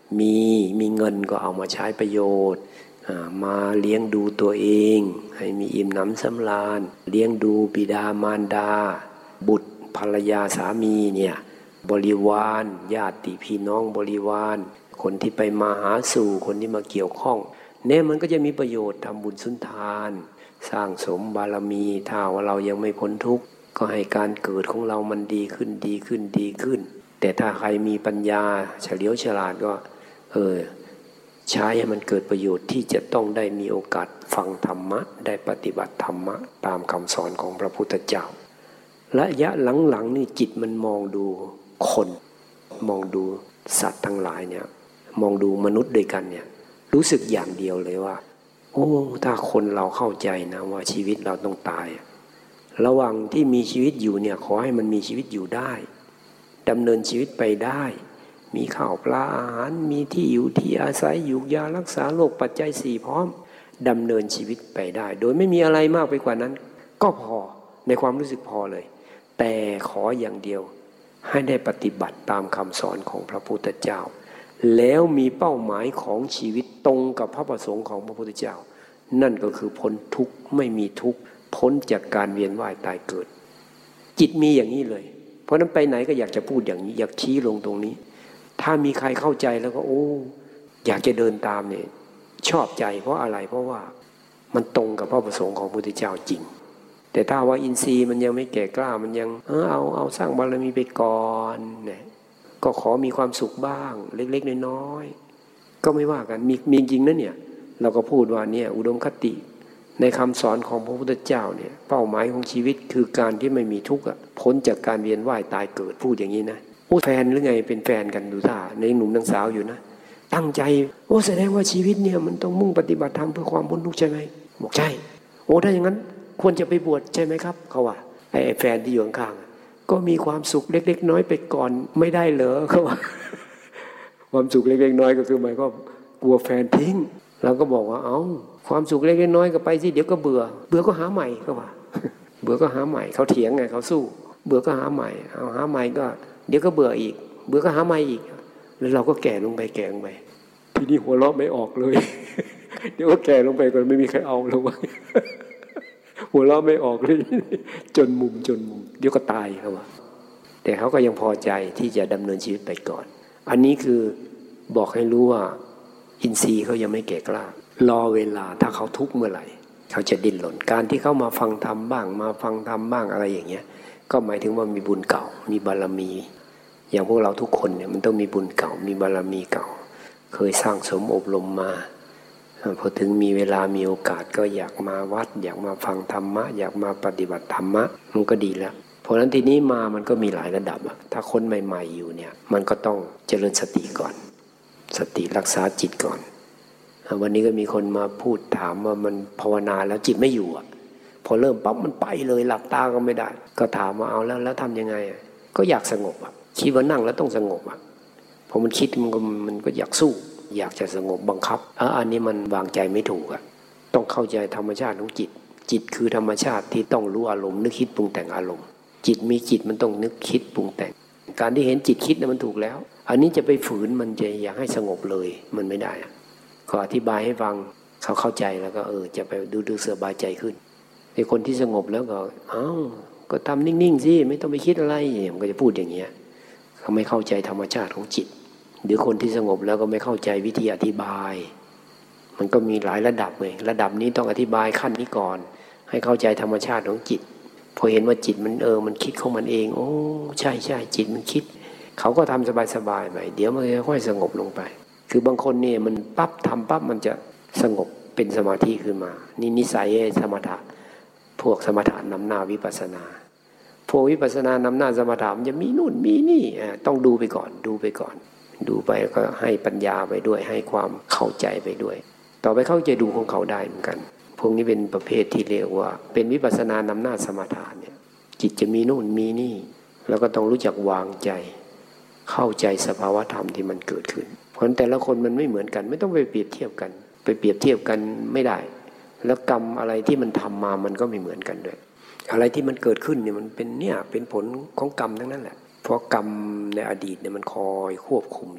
มีมีเงินก็เอามาใช้ประโยชน์มาเลี้ยงดูตัวเองให้มีอิ่มหนำสำราญเลี้ยงดูบิดามารดาบุตรภรรยาสามีเนี่ยบริวารญาติพี่น้องบริวารคนที่ไปมาหาสู่คนที่มาเกี่ยวข้องเนี่ยมันก็จะมีประโยชน์ทำบุญสุนทานสร้างสมบารมีถ้าว่าเรายังไม่พ้นทุกข์ก็ให้การเกิดของเรามันดีขึ้นดีขึ้นดีขึ้นแต่ถ้าใครมีปัญญาเฉลียวฉลาดก็เออใช้ให้มันเกิดประโยชน์ที่จะต้องได้มีโอกาสฟังธรรมะได้ปฏิบัติธรรมะตามคำสอนของพระพุทธเจ้าระยะหลังๆนี่จิตมันมองดูคนมองดูสัตว์ทั้งหลายเนี่ยมองดูมนุษย์ด้วยกันเนี่ยรู้สึกอย่างเดียวเลยว่าโอ้ถ้าคนเราเข้าใจนะว่าชีวิตเราต้องตายระหว่างที่มีชีวิตอยู่เนี่ยขอให้มันมีชีวิตอยู่ได้ดำเนินชีวิตไปได้มีข้าวปลาอาหารมีที่อยู่ที่อาศัยอยู่ยารักษาโรคปัจจัยสี่พร้อมดำเนินชีวิตไปได้โดยไม่มีอะไรมากไปกว่านั้นก็พอในความรู้สึกพอเลยแต่ขออย่างเดียวให้ได้ปฏิบัติตามคำสอนของพระพุทธเจ้าแล้วมีเป้าหมายของชีวิตตรงกับพระประสงค์ของพระพุทธเจ้านั่นก็คือพ้นทุกข์ไม่มีทุกข์พ้นจากการเวียนว่ายตายเกิดจิตมีอย่างนี้เลยเพราะนั้นไปไหนก็อยากจะพูดอย่างนี้อยากชี้ลงตรงนี้ถ้ามีใครเข้าใจแล้วก็โอ้อยากจะเดินตามเนี่ยชอบใจเพราะอะไรเพราะว่ามันตรงกับพระประสงค์ของพระพุทธเจ้าจริงแต่ถ้าว่าอินทรีย์มันยังไม่แก่กล้ามันยังเออเอาเอาสร้างบารมีไปก่อนเนี่ยก็ขอมีความสุขบ้างเล็กๆน้อยๆก็ไม่ว่ากันมีมีจริงนะเนี่ยเราก็พูดว่าเนี่ยอุดมคติในคำสอนของพระพุทธเจ้าเนี่ยเป้าหมายของชีวิตคือการที่ไม่มีทุกข์พ้นจากการเวียนว่ายตายเกิดพูดอย่างนี้นะโอ้แฟนหรือไงเป็นแฟนกันดูท่าในหนุ่มนางสาวอยู่นะตั้งใจโอ้แสดงว่าชีวิตเนี่ยมันต้องมุ่งปฏิบัติธรรมเพื่อความพ้นทุกข์ใช่ไหมบอกใช่โอ้ถ้าอย่างนั้นควรจะไปบวชใช่ไหมครับเขาว่าไอ้แฟนที่อยู่ข้างๆก็มีความสุขเล็กๆน้อยไปก่อนไม่ได้เหรอเขาว่าความสุขเล็กๆน้อยก็คือหมายก็กลัวแฟนทิ้งเราก็บอกว่าเอ้าความสุขเล็กๆน้อยก็ไปสิเดี๋ยวก็เบื่อเบื่อก็หาใหม่เขาว่าเบื่อก็หาใหม่เขาเถียงไงเขาสู้เบื่อก็หาใหม่เอาหาใหม่ก็เดี๋ยวก็เบื่ออีกเบื่อก็หาใหม่อีกแล้วเราก็แก่ลงไปแก่ลงไปทีนี้หัวเราะไม่ออกเลยเดี๋ยวก็แก่ลงไปก่อนไม่มีใครเอาลงไปหัวเราะไม่ออกเลยจนมุมจนมุมเดี๋ยวก็ตายเขาว่าแต่เขาก็ยังพอใจที่จะดำเนินชีวิตไปก่อนอันนี้คือบอกให้รู้ว่าอินทรีย์เขายังไม่แก่กล้ารอเวลาถ้าเขาทุกข์เมื่อไหร่เขาจะดิ้นรนการที่เขามาฟังธรรมบ้างมาฟังธรรมบ้างอะไรอย่างเงี้ยก็หมายถึงว่ามีบุญเก่ามีบารมีอย่างพวกเราทุกคนเนี่ยมันต้องมีบุญเก่ามีบารมีเก่าเคยสร้างสมอบรมมาพอถึงมีเวลามีโอกาสก็อยากมาวัดอยากมาฟังธรรมะอยากมาปฏิบัติธรรมะมันก็ดีแล้วเพราะฉะนั้นทีนี้มามันก็มีหลายระดับอะถ้าคนใหม่ๆอยู่เนี่ยมันก็ต้องเจริญสติก่อนสติรักษาจิตก่อนวันนี้ก็มีคนมาพูดถามว่ามันภาวนาแล้วจิตไม่อยู่อ่ะพอเริ่มปั๊บมันไปเลยหลับตาก็ไม่ได้ก็ถามว่าเอาแล้วแล้วทำยังไงอ่ะก็อยากสงบอ่ะคิดว่านั่งแล้วต้องสงบอ่ะพอมันคิดมันก็มันก็อยากสู้อยากจะสงบบังคับอ่ะอันนี้มันวางใจไม่ถูกอ่ะต้องเข้าใจธรรมชาติของจิตจิตคือธรรมชาติที่ต้องรู้อารมณ์นึกคิดปรุงแต่งอารมณ์จิตมีจิตมันต้องนึกคิดปรุงแต่งการที่เห็นจิตคิดเนี่ยมันถูกแล้วอันนี้จะไปฝืนมันจะอยากให้สงบเลยมันไม่ได้ก็อธิบายให้ฟังเขาเข้าใจแล้วก็เออจะไปดูดูสบายใจขึ้นไอ้คนที่สงบแล้วก็เอ้าก็ทำนิ่งๆสิไม่ต้องไปคิดอะไรมันก็จะพูดอย่างเงี้ยเขาไม่เข้าใจธรรมชาติของจิตหรือคนที่สงบแล้วก็ไม่เข้าใจวิธีอธิบายมันก็มีหลายระดับเลยระดับนี้ต้องอธิบายขั้นนี้ก่อนให้เข้าใจธรรมชาติของจิตพอเห็นว่าจิตมันเออมันคิดของมันเองโอ้ใช่ใช่จิตมันคิดเขาก็ทำสบายๆไปเดี๋ยวมันค่อยๆสงบลงไปคือบางคนเนี่ยมันปั๊บทำปั๊บมันจะสงบเป็นสมาธิขึ้นมานี่นิสัยสมถะพวกสมถะนำหน้าวิปัสสนาพวกวิปัสสนานำหน้าสมถะมันจะมีนู่นมีนี่ต้องดูไปก่อนดูไปก่อนดูไปก็ให้ปัญญาไปด้วยให้ความเข้าใจไปด้วยต่อไปเข้าใจดูของเขาได้เหมือนกันพวกนี้เป็นประเภทที่เรียกว่าเป็นวิปัสสนานำหน้าสมถะเนี่ยจิตจะมีนู่นมีนี่แล้วก็ต้องรู้จักวางใจเข้าใจสภาวะธรรมที่มันเกิดขึ้นเพราะแต่ละคนมันไม่เหมือนกันไม่ต้องไปเปรียบเทียบกันไปเปรียบเทียบกันไม่ได้แล้วกรรมอะไรที่มันทำมามันก็ไม่เหมือนกันด้วยอะไรที่มันเกิดขึ้นเนี่ยมันเป็นเนี่ยเป็นผลของกรรมทั้งนั้นแหละเพราะกรรมในอดีตเนี่ยมันคอยควบคุมอยู่พ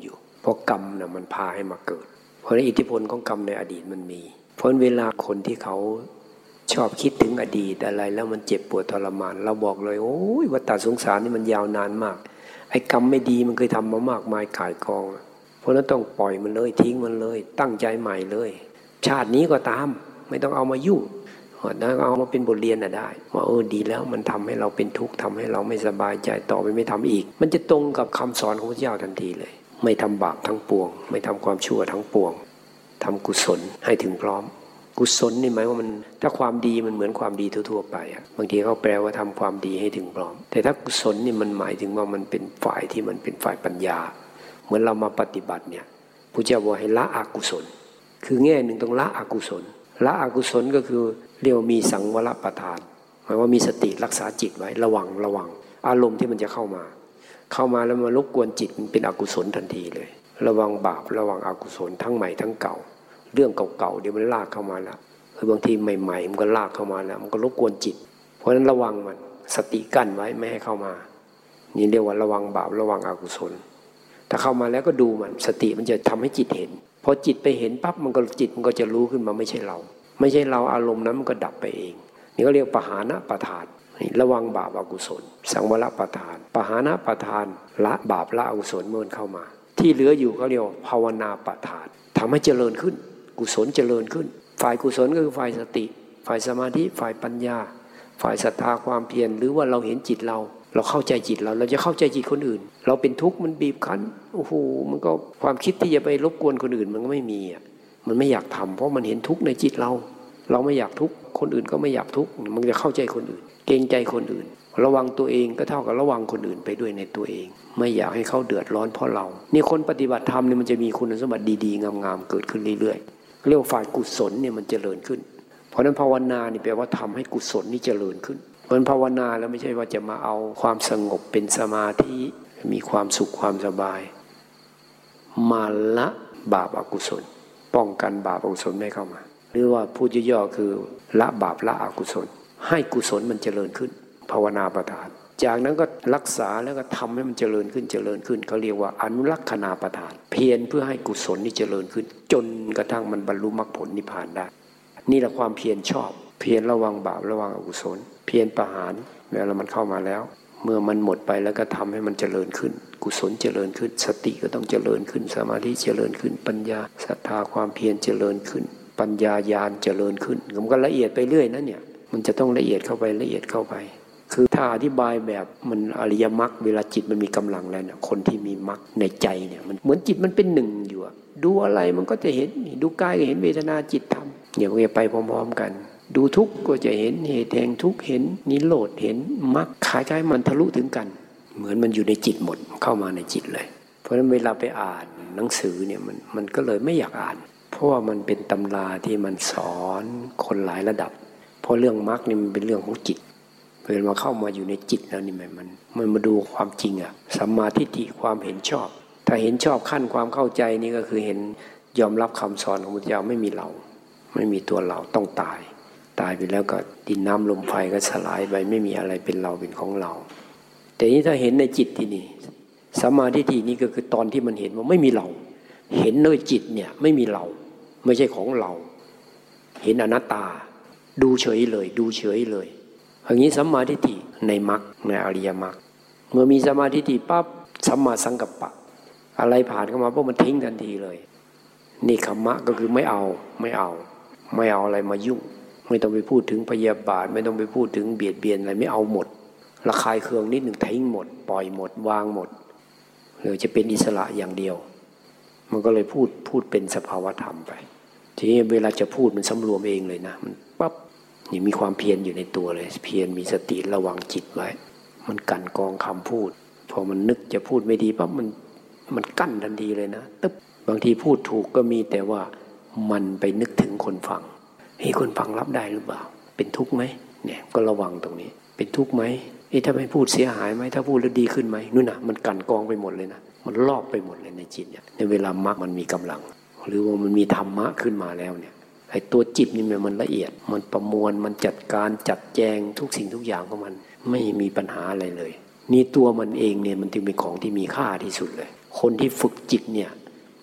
ราะกรรมน่ะมันพาให้มาเกิดเพราะอิทธิพลของกรรมในอดีตมันมีเพราะเวลาคนที่เขาชอบคิดถึงอดีตอะไรแล้วมันเจ็บปวดทรมานเราบอกเลยโอ้ยวัฏสงสารนี่มันยาวนานมากไอ้กรรมไม่ดีมันเคยทำมามากมายก่ายกองเพราะนั้นต้องปล่อยมันเลยทิ้งมันเลยตั้งใจใหม่เลยชาตินี้ก็ตามไม่ต้องเอามายุ่งนะเอามาเป็นบทเรียนน่ะได้ว่าเออดีแล้วมันทำให้เราเป็นทุกข์ทำให้เราไม่สบายใจต่อไปไม่ทำอีกมันจะตรงกับคำสอนของพระเจ้าทันทีเลยไม่ทำบาปทั้งปวงไม่ทำความชั่วทั้งปวงทำกุศลให้ถึงพร้อมกุศลนี่หมายว่ามันถ้าความดีมันเหมือนความดีทั่วๆไปอ่ะบางทีเขาแปลว่าทำความดีให้ถึงพร้อมแต่ถ้ากุศลนี่มันหมายถึงว่ามันเป็นฝ่ายที่มันเป็นฝ่ายปัญญาเหมือนเรามาปฏิบัติเนี่ยพระเจ้าบอกให้ละอกุศลคือแง่หนึ่งต้องละอกุศลละอกุศลก็คือเรียกว่ามีสังวรประทานหมายว่ามีสติรักษาจิตไว้ระวังระวังอารมณ์ที่มันจะเข้ามาเข้ามาแล้วมารบกวนจิตมันเป็นอกุศลทันทีเลยระวังบาประวังอกุศลทั้งใหม่ทั้งเก่าเรื่องเก่าๆเดี๋ยวมันลากเข้ามาแล้วคือบางทีใหม่ๆมันก็ลากเข้ามาแล้วมันก็รบกวนจิตเพราะฉะนั้นระวังมันสติกั้นไว้ไม่ให้เข้ามานี่เรียกว่าระวังบาประวังอกุศลถ้าเข้ามาแล้วก็ดูมันสติมันจะทำให้จิตเห็นพอจิตไปเห็นปั๊บมันก็จิตมันก็จะรู้ขึ้นมาไม่ใช่เราไม่ใช่เราอารมณ์นั้นมันก็ดับไปเองนี่ก็เรียกปหานะประทานระวังบาปอกุศลสังวรประทานปหานะประทานละบาปละอกุศลเมื่อเข้ามาที่เหลืออยู่เขาเรียกภาวนาประทานทำให้เจริญขึ้นกุศลเจริญขึ้นฝ่ายกุศลก็คือฝ่ายสติฝ่ายสมาธิฝ่ายปัญญาฝ่ายศรัทธาความเพียรหรือว่าเราเห็นจิตเราเราเข้าใจจิตเราเราจะเข้าใจจิตคนอื่นเราเป็นทุกข์มันบีบคั้นโอ้โหมันก็ความคิดที่จะไปรบกวนคนอื่นมันก็ไม่มีอ่ะมันไม่อยากทำเพราะมันเห็นทุกข์ในจิตเราเราไม่อยากทุกข์คนอื่นก็ไม่อยากทุกข์มันจะเข้าใจคนอื่นเกรงใจคนอื่นระวังตัวเองก็เท่ากับระวังคนอื่นไปด้วยในตัวเองไม่อยากให้เขาเดือดร้อนเพราะเรานี่คนปฏิบัติธรรมเนี่ยมันจะมีคุณสมบัติดีๆงามๆเกิดขึ้นเรื่อยๆเรียกว่าฝ่ายกุศลเนี่ยมันเจริญขึ้นเพราะนั้นภาวนานี่แปลว่าทำให้กุศลนี่เจริญขึ้นเพราะนั้นภาวนาแล้วไม่ใช่ว่าจะมาเอาความสงบเป็นสมาธิมีความสุขความสบายมาละบาปอกุศลป้องกันบาปอกุศลไม่เข้ามาหรือว่าพูดย่อๆคือละบาปละอกุศลให้กุศลมันเจริญขึ้นภาวนาประทานจากนั้นก็รักษาแล้วก็ทำให้มันเจริญขึ้นเจริญขึ้นเขาเรียกว่าอนุรักษณาประทานเพียรเพื่อให้กุศลนี่เจริญขึ้นจนกระทั่งมันบรรลุมรรคผลนิพพานได้นี่แหละความเพียรชอบเพียรระวังบาประวังอกุศลเพียรประหารเวลามันเข้ามาแล้วเมื่อมันหมดไปแล้วก็ทำให้มันเจริญขึ้นกุศลเจริญขึ้นสติก็ต้องเจริญขึ้นสมาธิเจริญขึ้นปัญญาศรัทธาความเพียรเจริญขึ้นปัญญาญาณเจริญขึ้นมันก็ละเอียดไปเรื่อยนะเนี่ยมันจะต้องละเอียดเข้าไปละเอียดเข้าไปคือถ้าอธิบายแบบมันอริยมรรคเวลาจิตมันมีกำลังแล้วเนี่ยคนที่มีมรรคในใจเนี่ยมันเหมือนจิตมันเป็นหนึ่งอยู่อะดูอะไรมันก็จะเห็นดูกายก็เห็นเวทนาจิตธรรมเนี่ยก็จะไปพร้อมๆกันดูทุกข์ก็จะเห็นเหตุแห่งทุกข์เห็นนิโรธเห็นมรรคคล้ายๆมันทะลุถึงกันเหมือนมันอยู่ในจิตหมดเข้ามาในจิตเลยเพราะฉะนั้นเวลาไปอ่านหนังสือเนี่ยมันมันก็เลยไม่อยากอ่านเพราะว่ามันเป็นตำราที่มันสอนคนหลายระดับเพราะเรื่องมรรคนี่มันเป็นเรื่องของจิตเวลามาเข้ามาอยู่ในจิตแล้วนี่มันมันมันมาดูความจริงอะสัมมาทิฏฐิความเห็นชอบถ้าเห็นชอบขั้นความเข้าใจนี่ก็คือเห็นยอมรับคำสอนของพุทธเจ้าไม่มีเราไม่มีตัวเราต้องตายตายไปแล้วก็ดินน้ำลมไฟก็สลายไปไม่มีอะไรเป็นเราเป็นของเราแต่นี้ถ้าเห็นในจิตที่นี่สัมมาทิฏฐินี่ก็คือตอนที่มันเห็นว่าไม่มีเราเห็นในจิตเนี่ยไม่มีเราไม่ใช่ของเราเห็นอนัตตาดูเฉยเลยดูเฉยเลยอย่างนี้สัมมาทิฏฐิในมรรคในอริยมรรคเมื่อมีสัมมาทิฏฐิปั๊บสัมมาสังกัปปะอะไรผ่านเข้ามาพวกมันทิ้งทันทีเลยนี่คัมมะก็คือไม่เอาไม่เอาไม่เอาอะไรมายุ่งไม่ต้องไปพูดถึงพยาบาทไม่ต้องไปพูดถึงเบียดเบียนอะไรไม่เอาหมดระคายเคืองนิดหนึ่งทิ้งหมดปล่อยหมดวางหมดเลยจะเป็นอิสระอย่างเดียวมันก็เลยพูดพูดเป็นสภาวธรรมไปทีนี้เวลาจะพูดมันสำรวมเองเลยนะมันปั๊บนี่มีความเพียรอยู่ในตัวเลยเพียรมีสติระวังจิตไว้มันกั้นกองคำพูดพอมันนึกจะพูดไม่ดีปั๊บมันมันกั้นทันทีเลยนะตึ๊บบางทีพูดถูกก็มีแต่ว่ามันไปนึกถึงคนฟังเฮ้ยคนฟังรับได้หรือเปล่าเป็นทุกข์ไหมเนี่ยก็ระวังตรงนี้เป็นทุกข์ไหมเอ๊ะถ้าไม่พูดเสียหายไหมถ้าพูดแล้วดีขึ้นไหมนู่นน่ะมันกั้นกองไปหมดเลยนะมันลอกไปหมดเลยในจิตเนี่ยในเวลามรรคมันมีกำลังหรือว่ามันมีธรรมะขึ้นมาแล้วเนี่ยไอ้ตัวจิตนี่มันละเอียดมันประมวลมันจัดการจัดแจงทุกสิ่งทุกอย่างของมันไม่มีปัญหาอะไรเลยนี่ตัวมันเองเนี่ยมันจึงเป็นของที่มีค่าที่สุดเลยคนที่ฝึกจิตเนี่ย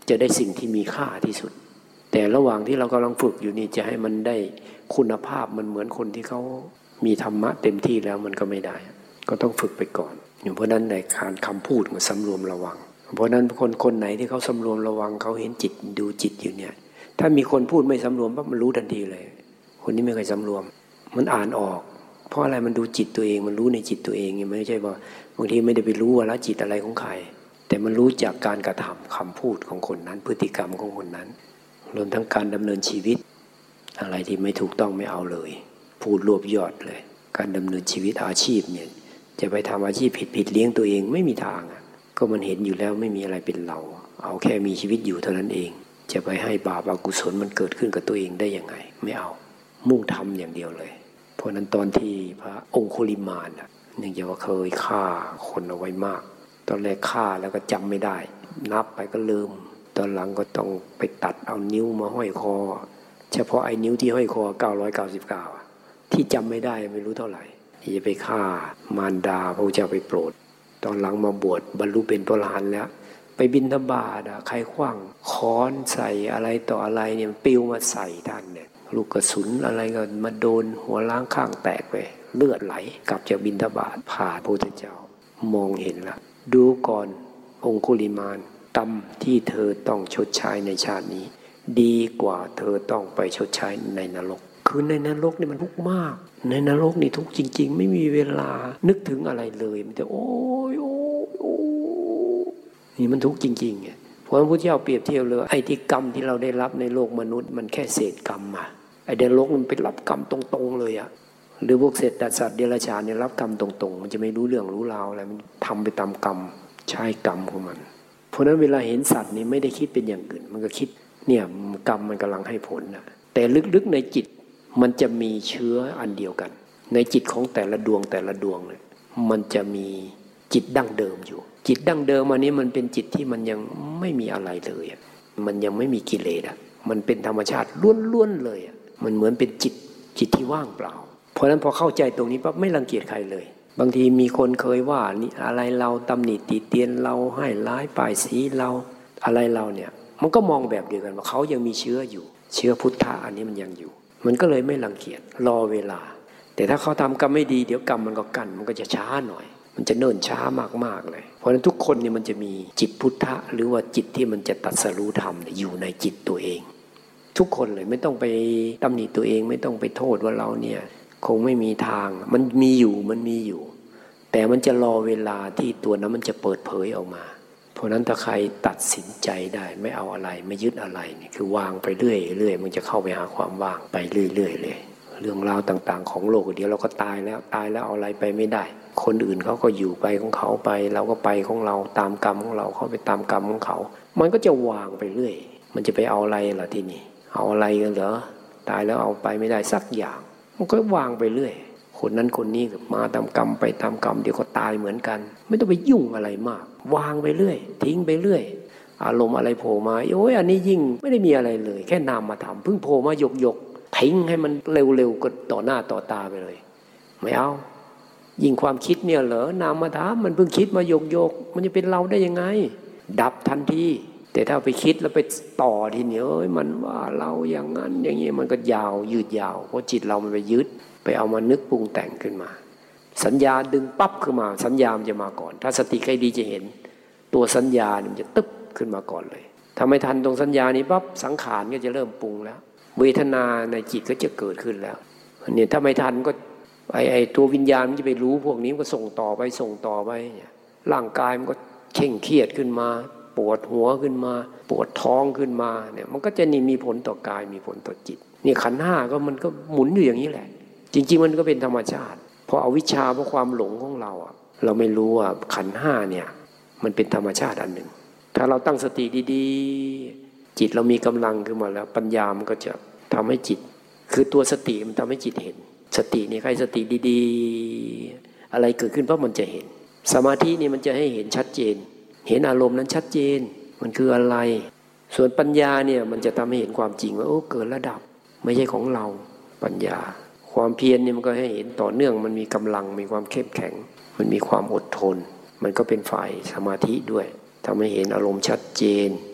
จะได้สิ่งที่มีค่าที่สุดแต่ระหว่างที่เรากำลังฝึกอยู่นี่จะให้มันได้คุณภาพมันเหมือนคนที่เขามีธรรมะเต็มที่แล้วมันก็ไม่ได้ก็ต้องฝึกไปก่อนเพราะนั้นในการคำพูดมันสำรวมระวังเพราะนั้นคนคนไหนที่เขาสำรวมระวังเขาเห็นจิตดูจิตอยู่เนี่ยถ้ามีคนพูดไม่สำรวมปั๊บมันรู้ทันทีเลยคนนี้ไม่เคยสำรวมมันอ่านออกเพราะอะไรมันดูจิตตัวเองมันรู้ในจิตตัวเองไม่ใช่ว่าบางทีไม่ได้ไปรู้ว่าละจิตอะไรของใครแต่มันรู้จากการกระทำคำพูดของคนนั้นพฤติกรรมของคนนั้นรวมทั้งการดำเนินชีวิตอะไรที่ไม่ถูกต้องไม่เอาเลยพูดรวบยอดเลยการดำเนินชีวิตอาชีพเนี่ยจะไปทำอาชีพผิดผิดเลี้ยงตัวเองไม่มีทางอ่ะก็มันเห็นอยู่แล้วไม่มีอะไรเป็นเราเอาแค่มีชีวิตอยู่เท่านั้นเองจะไปให้บาปอกุศลมันเกิดขึ้นกับตัวเองได้ยังไงไม่เอามุ่งทำอย่างเดียวเลยเพราะนั้นตอนที่พระองคุลิมานอ่ะนื่องจากว่าเคยฆ่าคนเอาไว้มากตอนแรกฆ่าแล้วก็จำไม่ได้นับไปก็ลืมตอนหลังก็ต้องไปตัดเอานิ้วมาห้อยคอเฉพาะไอ้นิ้วที่ห้อยคอเก้าร้อยเก้าสิบเก้าที่จำไม่ได้ไม่รู้เท่าไหร่ที่จะไปฆ่ามารดาพระพุทธเจ้าไปโปรดตอนหลังมาบวชบรรลุเป็นพระอรหันต์แล้วไปบิณฑบาตอ่ะใครขว้างค้อนใส่อะไรต่ออะไรเนี่ยมันปลิวมาใส่ท่านเนี่ยลูกกระสุนอะไรก็มาโดนหัวล้างข้างแตกไปเลือดไหลกลับจากบิณฑบาตผ่านพระพุทธเจ้ามองเห็นแล้วดูก่อนองคุลิมานกรรมที่เธอต้องชดใช้ในชาตินี้ดีกว่าเธอต้องไปชดใช้ในนรกคือในนรกนี่มันทุกข์มากในนรกนี่ทุกข์จริงๆไม่มีเวลานึกถึงอะไรเลยมันจะโอ้ยโอ้ยโอ้นี่มันทุกข์จริงๆไงเพราะพระพุทธเจ้าเปรียบเทียบเลยไอ้ที่กรรมที่เราได้รับในโลกมนุษย์มันแค่เศษกรรมอ่ะไอ้นรกมันเป็นรับกรรมตรงๆเลยอ่ะหรือพวกเศษสัตว์เดรัจฉานเนี่ยรับกรรมตรงๆมันจะไม่รู้เรื่องรู้ราวอะไรมันทำไปตามกรรมใช้กรรมของมันเพราะนั้นเวลาเห็นสัตว์นี่ไม่ได้คิดเป็นอย่างอื่นมันก็คิดเนี่ยกรรมมันกำลังให้ผลนะแต่ลึกๆในจิตมันจะมีเชื้ออันเดียวกันในจิตของแต่ละดวงแต่ละดวงเนี่ยมันจะมีจิตดั้งเดิมอยู่จิตดั้งเดิมอันนี้มันเป็นจิตที่มันยังไม่มีอะไรเลยมันยังไม่มีกิเลสอ่ะมันเป็นธรรมชาติล้วนๆเลยอ่ะมันเหมือนเป็นจิตจิตที่ว่างเปล่าเพราะฉะนั้นพอเข้าใจตรงนี้ปั๊บไม่รังเกียจใครเลยบางทีมีคนเคยว่านี่อะไรเราตำหนิติเตียนเราให้ร้ายป้ายสีเราอะไรเราเนี่ยมันก็มองแบบเดียวกันว่าเขายังมีเชื้ออยู่เชื้อพุทธะอันนี้มันยังอยู่มันก็เลยไม่รังเกียจรอเวลาแต่ถ้าเขาทำกรรมไม่ดีเดี๋ยวกรรมมันก็กั้นมันก็จะช้าหน่อยมันจะเนิ่นช้ามากๆเลยเพราะฉะนั้นทุกคนเนี่ยมันจะมีจิตพุทธะหรือว่าจิตที่มันจะตรัสรู้ธรรมอยู่ในจิตตัวเองทุกคนเลยไม่ต้องไปตำหนิตัวเองไม่ต้องไปโทษว่าเราเนี่ยคงไม่มีทางมันมีอยู่มันมีอยู่แต่มันจะรอเวลาที่ตัวนั้นมันจะเปิดเผยออกมาเพราะนั้นถ้าใครตัดสินใจได้ไม่เอาอะไรไม่ยึดอะไรนี่คือวางไปเรื่อยเรื่อยมันจะเข้าไปหาความว่างไปเรื่อยๆเลยเรื่องราวต่างๆของโลกเดี๋ยวเราก็ตายแล้วตายแล้วเอาอะไรไปไม่ได้คนอื่นเขาก็อยู่ไปของเขาไปเราก็ไปของเราตามกรรมของเราเขาไปตามกรรมของเขามันก็จะวางไปเรื่อยมันจะไปเอาอะไรล่ะที่นี่เอาอะไรกันเหรอตายแล้วเอาไปไม่ได้สักอย่างมันก็วางไปเรื่อยคนนั้นคนนี้มาตามกรรมไปตามกรรมเดี๋ยวก็ตายเหมือนกันไม่ต้องไปยุ่งอะไรมากวางไปเรื่อยทิ้งไปเรื่อยอารมณ์อะไรโผล่มาโอ้ยอันนี้ยิ่งไม่ได้มีอะไรเลยแค่นามมาทำเพิ่งโผล่มาหยกหยกทิ้งให้มันเร็วๆก็ต่อหน้าต่อตาไปเลยไม่เอายิ่งความคิดเนี่ยเหรอนามมาทำมันเพิ่งคิดมาหยกหยกมันจะเป็นเราได้ยังไงดับทันทีแต่ถ้าไปคิดแล้วไปต่อทีนี้เอ้ยมันว่าเราอย่างนั้นอย่างนี้มันก็ยาวยืดยาวเพราะจิตเรามันไปยึดไปเอามานึกปรุงแต่งขึ้นมาสัญญาดึงปั๊บขึ้นมาสัญญามันจะมาก่อนถ้าสติใครดีจะเห็นตัวสัญญาเนี่ยมันจะตึ๊บขึ้นมาก่อนเลยถ้าไม่ทันตรงสัญญานี้ปั๊บสังขารก็จะเริ่มปรุงแล้วเวทนาในจิตก็จะเกิดขึ้นแล้วเนี่ยถ้าไม่ทันก็ไอไอตัววิญญาณมันจะไปรู้พวกนี้ก็ส่งต่อไปส่งต่อไปเนี่ยร่างกายมันก็เคร่งเครียดขึ้นมาปวดหัวขึ้นมาปวดท้องขึ้นมาเนี่ยมันก็จะนี่มีผลต่อกายมีผลต่อจิตนี่ขันธ์ห้าก็มันก็หมุนอยู่อย่างนี้แหละจริงๆมันก็เป็นธรรมชาติเพราะอวิชชาเพราะความหลงของเราอ่ะเราไม่รู้ว่าขันธ์ห้าเนี่ยมันเป็นธรรมชาติอันหนึ่งถ้าเราตั้งสติดีๆจิตเรามีกำลังขึ้นมาแล้วปัญญามันก็จะทำให้จิตคือตัวสติมันทำให้จิตเห็นสตินี่ใครสติดีๆอะไรเกิดขึ้นเพราะมันจะเห็นสมาธินี่มันจะให้เห็นชัดเจนเห็นอารมณ์นั้นชัดเจนมันคืออะไรส่วนปัญญาเนี่ยมันจะทำให้เห็นความจริงว่าโอ้เกิดระดับไม่ใช่ของเราปัญญาความเพียรเนี่ยมันก็ให้เห็นต่อเนื่องมันมีกำลังมีความเข้มแข็งมันมีความอดทนมันก็เป็นฝ่ายสมาธิด้วยทำให้เห็นอารมณ์ชัดเจน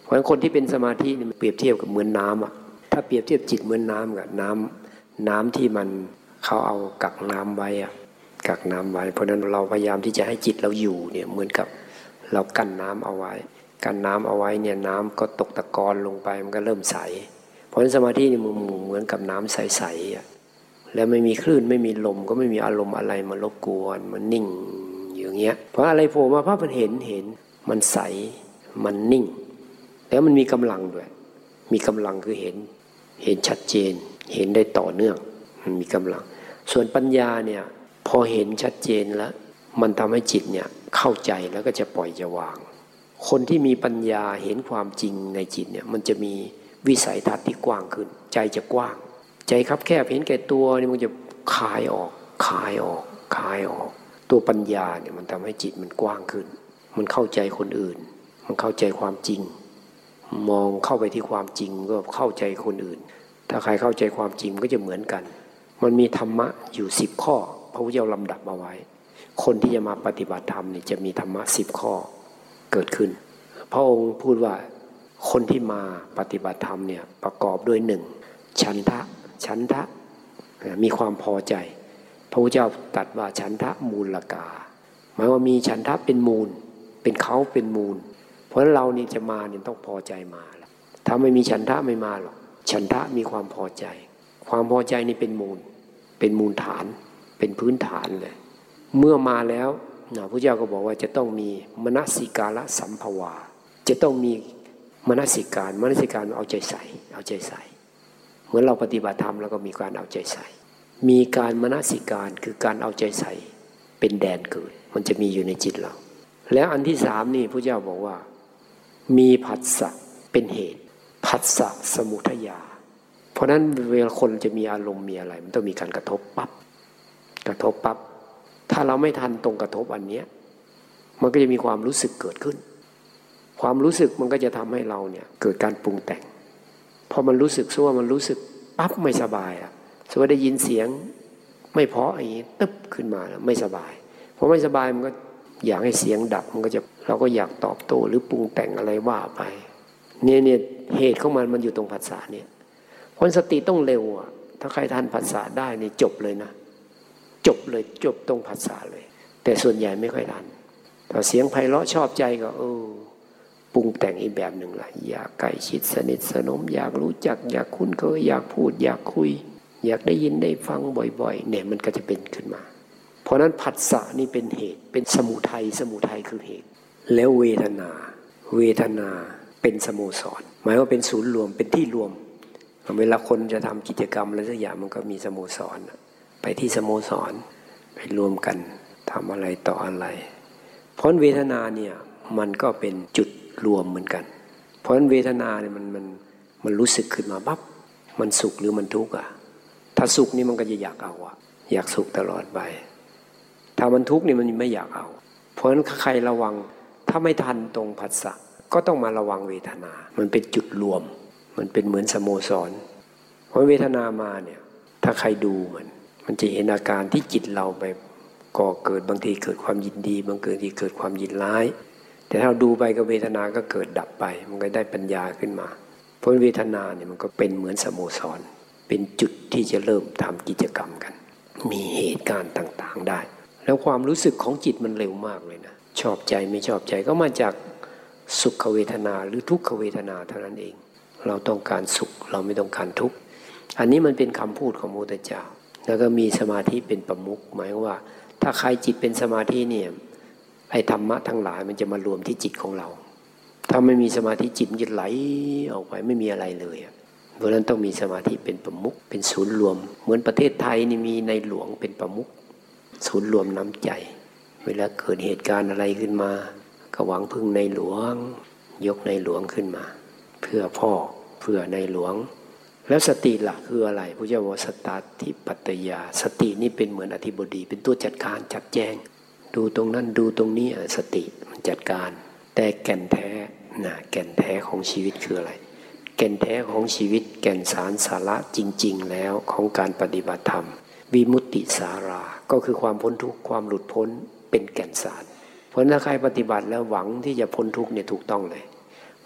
เพราะฉะนั้นคนที่เป็นสมาธินี่เปรียบเทียบกับเหมือนน้ำอ่ะถ้าเปรียบเทียบจิตเหมือนน้ำกับน้ำน้ำที่มันเขาเอากักน้ำไว้อ่ะกักน้ำไว้เพราะนั้นเราพยายามที่จะให้จิตเราอยู่เนี่ยเหมือนกับเรากั้นน้ำเอาไว้กั้นน้ำเอาไว้เนี่ยน้ำก็ตกตะกอนลงไปมันก็เริ่มใสเพราะฉะนั้นสมาธินี่มันเหมือนกับน้ำใสๆอ่ะแล้วไม่มีคลื่นไม่มีลมก็ไม่มีอารมณ์อะไรมารบกวนมันนิ่งอย่างเงี้ยเพราะอะไรโผล่มาภาพมันเห็นเห็นมันใสมันนิ่งแล้วมันมีกำลังด้วยมีกำลังคือเห็นเห็นชัดเจนเห็นได้ต่อเนื่องมันมีกำลังส่วนปัญญาเนี่ยพอเห็นชัดเจนแล้วมันทำให้จิตเนี่ยเข้าใจแล้วก็จะปล่อยจะวางคนที่มีปัญญาเห็นความจริงในจิตเนี่ยมันจะมีวิสัยทัศน์ที่กว้างขึ้นใจจะกว้างใจคับแคบเห็นแก่ตัวนี่มันจะคายออกคายออกคายออกตัวปัญญาเนี่ยมันทำให้จิตมันกว้างขึ้นมันเข้าใจคนอื่นมันเข้าใจความจริงมองเข้าไปที่ความจริงก็เข้าใจคนอื่นถ้าใครเข้าใจความจริงก็จะเหมือนกันมันมีธรรมะอยู่สิบข้อพระพุทธเจ้าลำดับเอาไว้คนที่จะมาปฏิบัติธรรมเนี่ยจะมีธรรมะสิบข้อเกิดขึ้นพระองค์พูดว่าคนที่มาปฏิบัติธรรมเนี่ยประกอบด้วยหนึ่งฉันทะฉันทะมีความพอใจพระพุทธเจ้าตรัสว่าฉันทะมูลกาหมายว่ามีฉันทะเป็นมูลเป็นเขาเป็นมูลเพราะฉะนั้นเรานี่จะมาเนี่ยต้องพอใจมาแล้วถ้าไม่มีฉันทะไม่มาหรอกฉันทะมีความพอใจความพอใจนี่เป็นมูลเป็นมูลฐานเป็นพื้นฐานเลยเมื่อมาแล้วนะพระเจ้าก็บอกว่าจะต้องมีมนสิการะสัมภวาจะต้องมีมนสิการมนสิการเอาใจใส่เอาใจใส่เหมือนเราปฏิบัติธรรมแล้วก็มีการเอาใจใส่มีการมนสิการคือการเอาใจใส่เป็นแดนเกิดมันจะมีอยู่ในจิตเราแล้วอันที่สามนี่พระเจ้าบอกว่ามีผัสสะเป็นเหตุผัสสะสมุทัยญาเพราะนั้นเวลาคนจะมีอารมณ์มีอะไรมันต้องมีการกระทบปั๊บกระทบปั๊บถ้าเราไม่ทันตรงกระทบอันเนี้ยมันก็จะมีความรู้สึกเกิดขึ้นความรู้สึกมันก็จะทำให้เราเนี่ยเกิดการปรุงแต่งพอมันรู้สึกซัวมันรู้สึกปั๊บไม่สบายอ่ะสมมติได้ยินเสียงไม่เพราะอย่างนี้ตึ๊บขึ้นมาแล้วไม่สบายพอไม่สบายมันก็อยากให้เสียงดับมันก็จะเราก็อยากตอบโต้หรือปรุงแต่งอะไรว่าไปเนี่ยเนี่ยเหตุของมันมันอยู่ตรงผัสสะเนี่ยคนสติต้องเร็วอ่ะถ้าใครทันผัสสะได้นี่จบเลยนะจบเลยจบตรงผัสสะเลยแต่ส่วนใหญ่ไม่ค่อยทันถ้าเสียงไพเราะชอบใจก็เออปรุงแต่งอีกแบบหนึ่งละอยากใกล้ชิดสนิทสนมอยากรู้จักอยากคุ้นเคยอยากพูดอยากคุยอยากได้ยินได้ฟังบ่อยๆเนี่ยมันก็จะเป็นขึ้นมาเพราะนั้นผัสสะนี่เป็นเหตุเป็นสมุทัยสมุทัยคือเหตุแล้วเวทนาเวทนาเป็นสโมสรหมายว่าเป็นศูนย์รวมเป็นที่รวมเวลาคนจะทำกิจกรรมอะไรสักอย่างมันก็มีสโมสรไปที่สโมสรไปรวมกันทำอะไรต่ออะไรเพราะเวทนาเนี่ยมันก็เป็นจุดรวมเหมือนกันเพราะเวทนาเนี่ยมันมันมันรู้สึกขึ้นมาปั๊บมันสุขหรือมันทุกข์อ่ะถ้าสุขนี่มันก็จะอยากเอาอ่ะอยากสุขตลอดไปถ้ามันทุกข์นี่มันไม่อยากเอาเพราะฉะนั้นใครระวังถ้าไม่ทันตรงผัสสะก็ต้องมาระวังเวทนามันเป็นจุดรวมมันเป็นเหมือนสโมสรเพราะเวทนามาเนี่ยถ้าใครดูมันมันจะเห็นอาการที่จิตเราไปก่อเกิดบางทีเกิดความยินดีบางทีเกิดความยินร้ายแต่ถ้าเราดูไปกับเวทนาก็เกิดดับไปมันก็ได้ปัญญาขึ้นมาเพราะเวทนาเนี่ยมันก็เป็นเหมือนสโมสรเป็นจุดที่จะเริ่มทำกิจกรรมกันมีเหตุการณ์ต่างๆได้แล้วความรู้สึกของจิตมันเร็วมากเลยนะชอบใจไม่ชอบใจก็มาจากสุขเวทนาหรือทุกขเวทนาเท่านั้นเองเราต้องการสุขเราไม่ต้องการทุกข์อันนี้มันเป็นคำพูดของพระพุทธเจ้าแล้วก็มีสมาธิเป็นประมุขหมายว่าถ้าใครจิตเป็นสมาธิเนี่ยไอ้ธรรมะทั้งหลายมันจะมารวมที่จิตของเราถ้าไม่มีสมาธิจิตมันจะไหลออกไปไม่มีอะไรเลยเพราะฉะนั้นต้องมีสมาธิเป็นประมุขเป็นศูนย์รวมเหมือนประเทศไทยนี่มีในหลวงเป็นประมุขศูนย์รวมน้ำใจเวลาเกิดเหตุการณ์อะไรขึ้นมาก็หวังพึ่งในหลวงยกในหลวงขึ้นมาเพื่อพ่อเพื่อในหลวงแล้วสติหลักคืออะไรพระเจ้าบอกสตติปัตตยาสตินี่เป็นเหมือนอธิบดีเป็นตัวจัดการจัดแจงดูตรงนั้นดูตรงนี้สติมันจัดการแต่แก่นแท้นะแก่นแท้ของชีวิตคืออะไรแก่นแท้ของชีวิตแก่นสารสาระจริงๆแล้วของการปฏิบัติธรรมวิมุตติสาราก็คือความพ้นทุกข์ความหลุดพ้นเป็นแก่นสารเพราะถ้าใครปฏิบัติแล้วหวังที่จะพ้นทุกข์เนี่ยถูกต้องเลย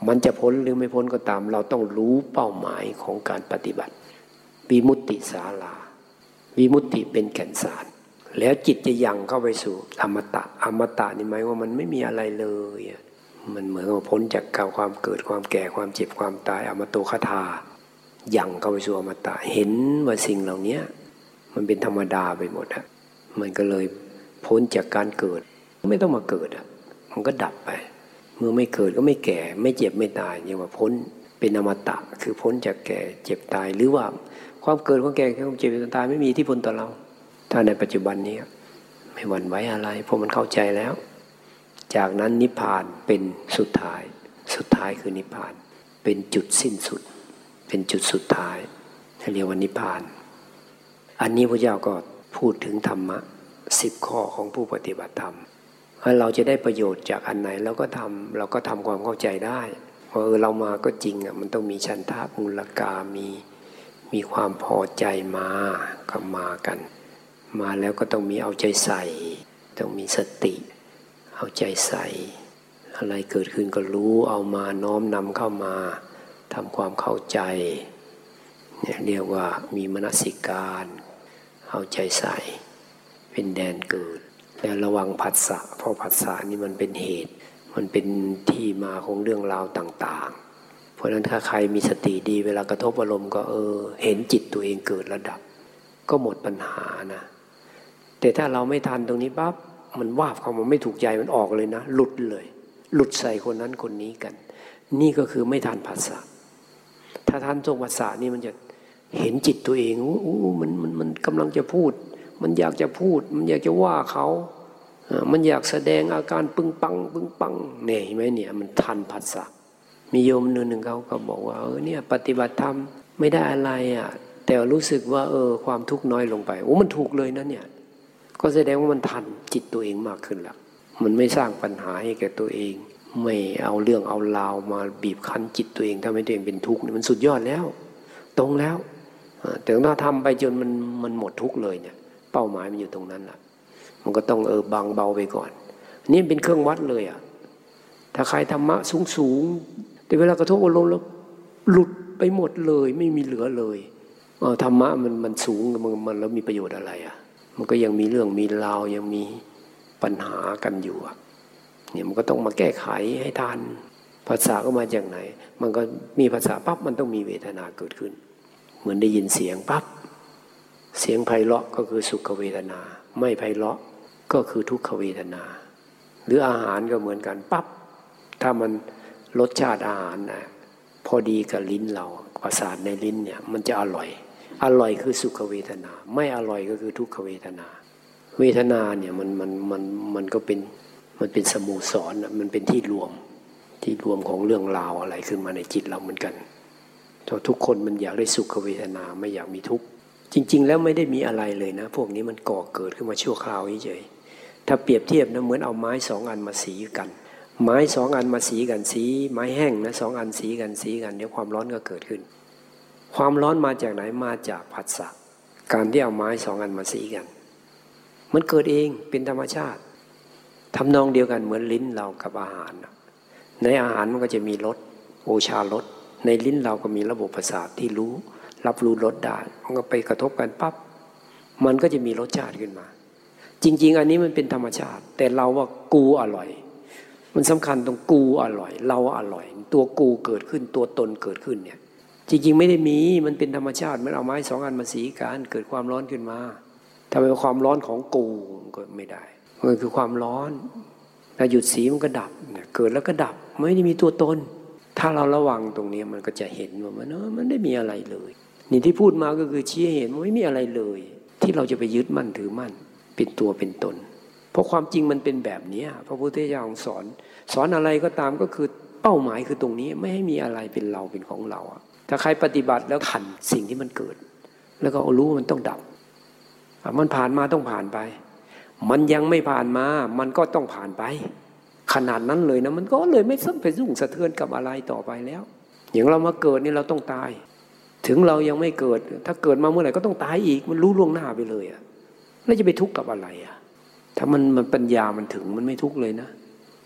มันจะพ้นหรือไม่พ้นก็ตามเราต้องรู้เป้าหมายของการปฏิบัติวิมุตติศาลาวิมุตติเป็นแก่นสารแล้วจิตจะยังเข้าไปสู่อมตะอมตะนี่หมายว่ามันไม่มีอะไรเลยมันเหมือนกับพ้นจากเก่าความเกิดความแก่ความเจ็บความตายอมโตคทายังเข้าไปสู่อมตะเห็นว่าสิ่งเหล่านี้มันเป็นธรรมดาไปหมดอะมันก็เลยพ้นจากการเกิดไม่ต้องมาเกิดอะมันก็ดับไปเมื่อไม่เกิดก็ไม่แก่ไม่เจ็บไม่ตายอย่างว่าพ้นเป็นอมตะคือพ้นจากแก่เจ็บตายหรือว่าความเกิดความแก่ความเจ็บความตายไม่มีอิทธิพลต่อเราถ้าในปัจจุบันนี้ไม่หวั่นไหวอะไรเพราะมันเข้าใจแล้วจากนั้นนิพพานเป็นสุดท้ายสุดท้ายคือนิพพานเป็นจุดสิ้นสุดเป็นจุดสุดท้ายที่เรียกว่านิพพานอันนี้พระเจ้าก็พูดถึงธรรมะสิบข้อของผู้ปฏิบัติธรรมว่าเราจะได้ประโยชน์จากอันไหนเราก็ทำเราก็ทำความเข้าใจได้ว่าเออเรามาก็จริงอ่ะมันต้องมีฉันทะมูลกามีมีความพอใจมาก็มากันมาแล้วก็ต้องมีเอาใจใส่ต้องมีสติเอาใจใส่อะไรเกิดขึ้นก็รู้เอามาน้อมนำเข้ามาทำความเข้าใจเนี่ยเรียกว่ามีมนสิการเอาใจใส่เป็นแดนเกิดและระวังผัสสะเพราะผัสสะนี่มันเป็นเหตุมันเป็นที่มาของเรื่องราวต่างๆเพราะฉะนั้นถ้าใครมีสติดีเวลากระทบอารมณ์ก็เออเห็นจิตตัวเองเกิดระดับก็หมดปัญหานะแต่ถ้าเราไม่ทันตรงนี้ปั๊บมันวาบเข้ามาไม่ถูกใจมันออกเลยนะหลุดเลยหลุดใส่คนนั้นคนนี้กันนี่ก็คือไม่ทันผัสสะถ้าทันตรงผัสสะนี่มันจะเห็นจิตตัวเองโอ้มันมันมันกำลังจะพูดมันอยากจะพูดมันอยากจะว่าเขามันอยากแสดงอาการปึ้งปังปึ้งปังเนี่ยเห็นไหมเนี่ยมันทันผัสสะมีโยมหนึ่งหนึ่งเขาก็บอกว่าเออเนี่ยปฏิบัติธรรมไม่ได้อะไรอ่ะแต่รู้สึกว่าเออความทุกข์น้อยลงไปโอ้มันถูกเลยนะเนี่ยก็แสดงว่ามันทันจิตตัวเองมากขึ้นแล้วมันไม่สร้างปัญหาให้แก่ตัวเองไม่เอาเรื่องเอาราวมาบีบคั้นจิตตัวเองทำให้ตัวเองเป็นทุกข์มันสุดยอดแล้วตรงแล้วแต่ถ้าทำไปจนมันมันหมดทุกข์เลยเนี่ยเป้าหมายมันอยู่ตรงนั้นแหละมันก็ต้องเออบางเบาไปก่อนนี่เป็นเครื่องวัดเลยอ่ะถ้าใครธรรมะสูงสูงแต่เวลากระทบอารมณ์แล้วหลุดไปหมดเลยไม่มีเหลือเลยเออธรรมะมันมันสูงมันมันแล้วมีประโยชน์อะไรอ่ะมันก็ยังมีเรื่องมีราวยังมีปัญหากันอยู่อ่ะเนี่ยมันก็ต้องมาแก้ไขให้ทันภาษาก็มาจากไหนมันก็มีภาษาปั๊บมันต้องมีเวทนาเกิดขึ้นเหมือนได้ยินเสียงปั๊บเสียงไพเราะก็คือสุขเวทนาไม่ไพเราะก็คือทุกขเวทนาหรืออาหารก็เหมือนกันปั๊บถ้ามันรสชาติอาหารนะพอดีกับลิ้นเราประสาทในลิ้นเนี่ยมันจะอร่อยอร่อยคือสุขเวทนาไม่อร่อยก็คือทุกขเวทนาเวทนาเนี่ยมันมันมันมันก็เป็นมันเป็นสโมสรนะมันเป็นที่รวมที่รวมของเรื่องราวอะไรขึ้นมาในจิตเราเหมือนกันทุกคนมันอยากได้สุขเวทนาไม่อยากมีทุกข์จริงๆแล้วไม่ได้มีอะไรเลยนะพวกนี้มันก่อเกิดขึ้นมาชั่วคราวเฉยๆถ้าเปรียบเทียบนะเหมือนเอาไม้สองอันมาสีกันไม้สองอันมาสีกันสีไม้แห้งนะสองอันสีกันสีกันเดี๋ยวความร้อนก็เกิดขึ้นความร้อนมาจากไหนมาจากผัสสะการที่เอาไม้สองอันมาสีกันมันเกิดเองเป็นธรรมชาติทำนองเดียวกันเหมือนลิ้นเรากับอาหารในอาหารมันก็จะมีรสโอชารสในลิ้นเราก็มีระบบประสาทที่รู้รับรู้รสได้มันก็ไปกระทบกันปั๊บมันก็จะมีรสชาติขึ้นมาจริงๆอันนี้มันเป็นธรรมชาติแต่เราว่ากูอร่อยมันสำคัญตรงกูอร่อยเราอร่อยตัวกูเกิดขึ้นตัวตนเกิดขึ้นเนี่ยจริงๆไม่ได้มีมันเป็นธรรมชาติมันเอาไม้สองอันมาสีกันเกิดความร้อนขึ้นมาถ้าเป็นความร้อนของกูก็ไม่ได้มันคือความร้อนถ้าหยุดสีมันก็ดับเกิดแล้วก็ดับไม่ได้มีตัวตนถ้าเราระวังตรงนี้มันก็จะเห็นว่ามันเออมันไม่มีอะไรเลยนี่ที่พูดมาก็คือชี้ให้เห็นว่าไม่มีอะไรเลยที่เราจะไปยึดมั่นถือมั่นเป็นตัวเป็นตนเพราะความจริงมันเป็นแบบนี้พระพุทธเจ้าสอนสอนอะไรก็ตามก็คือเป้าหมายคือตรงนี้ไม่ให้มีอะไรเป็นเราเป็นของเราถ้าใครปฏิบัติแล้วทันสิ่งที่มันเกิดแล้วก็รู้ว่ามันต้องดับมันผ่านมาต้องผ่านไปมันยังไม่ผ่านมามันก็ต้องผ่านไปขนาดนั้นเลยนะมันก็เลยไม่ซ้ำไปยุ่งสะเทือนกับอะไรต่อไปแล้วอย่างเรามาเกิดนี่เราต้องตายถึงเรายังไม่เกิดถ้าเกิดมาเมื่อไหร่ก็ต้องตายอีกมันรู้ล่วงหน้าไปเลยอ่ะแล้วจะไปทุกข์กับอะไรอ่ะถ้ามันมันปัญญามันถึงมันไม่ทุกข์เลยนะ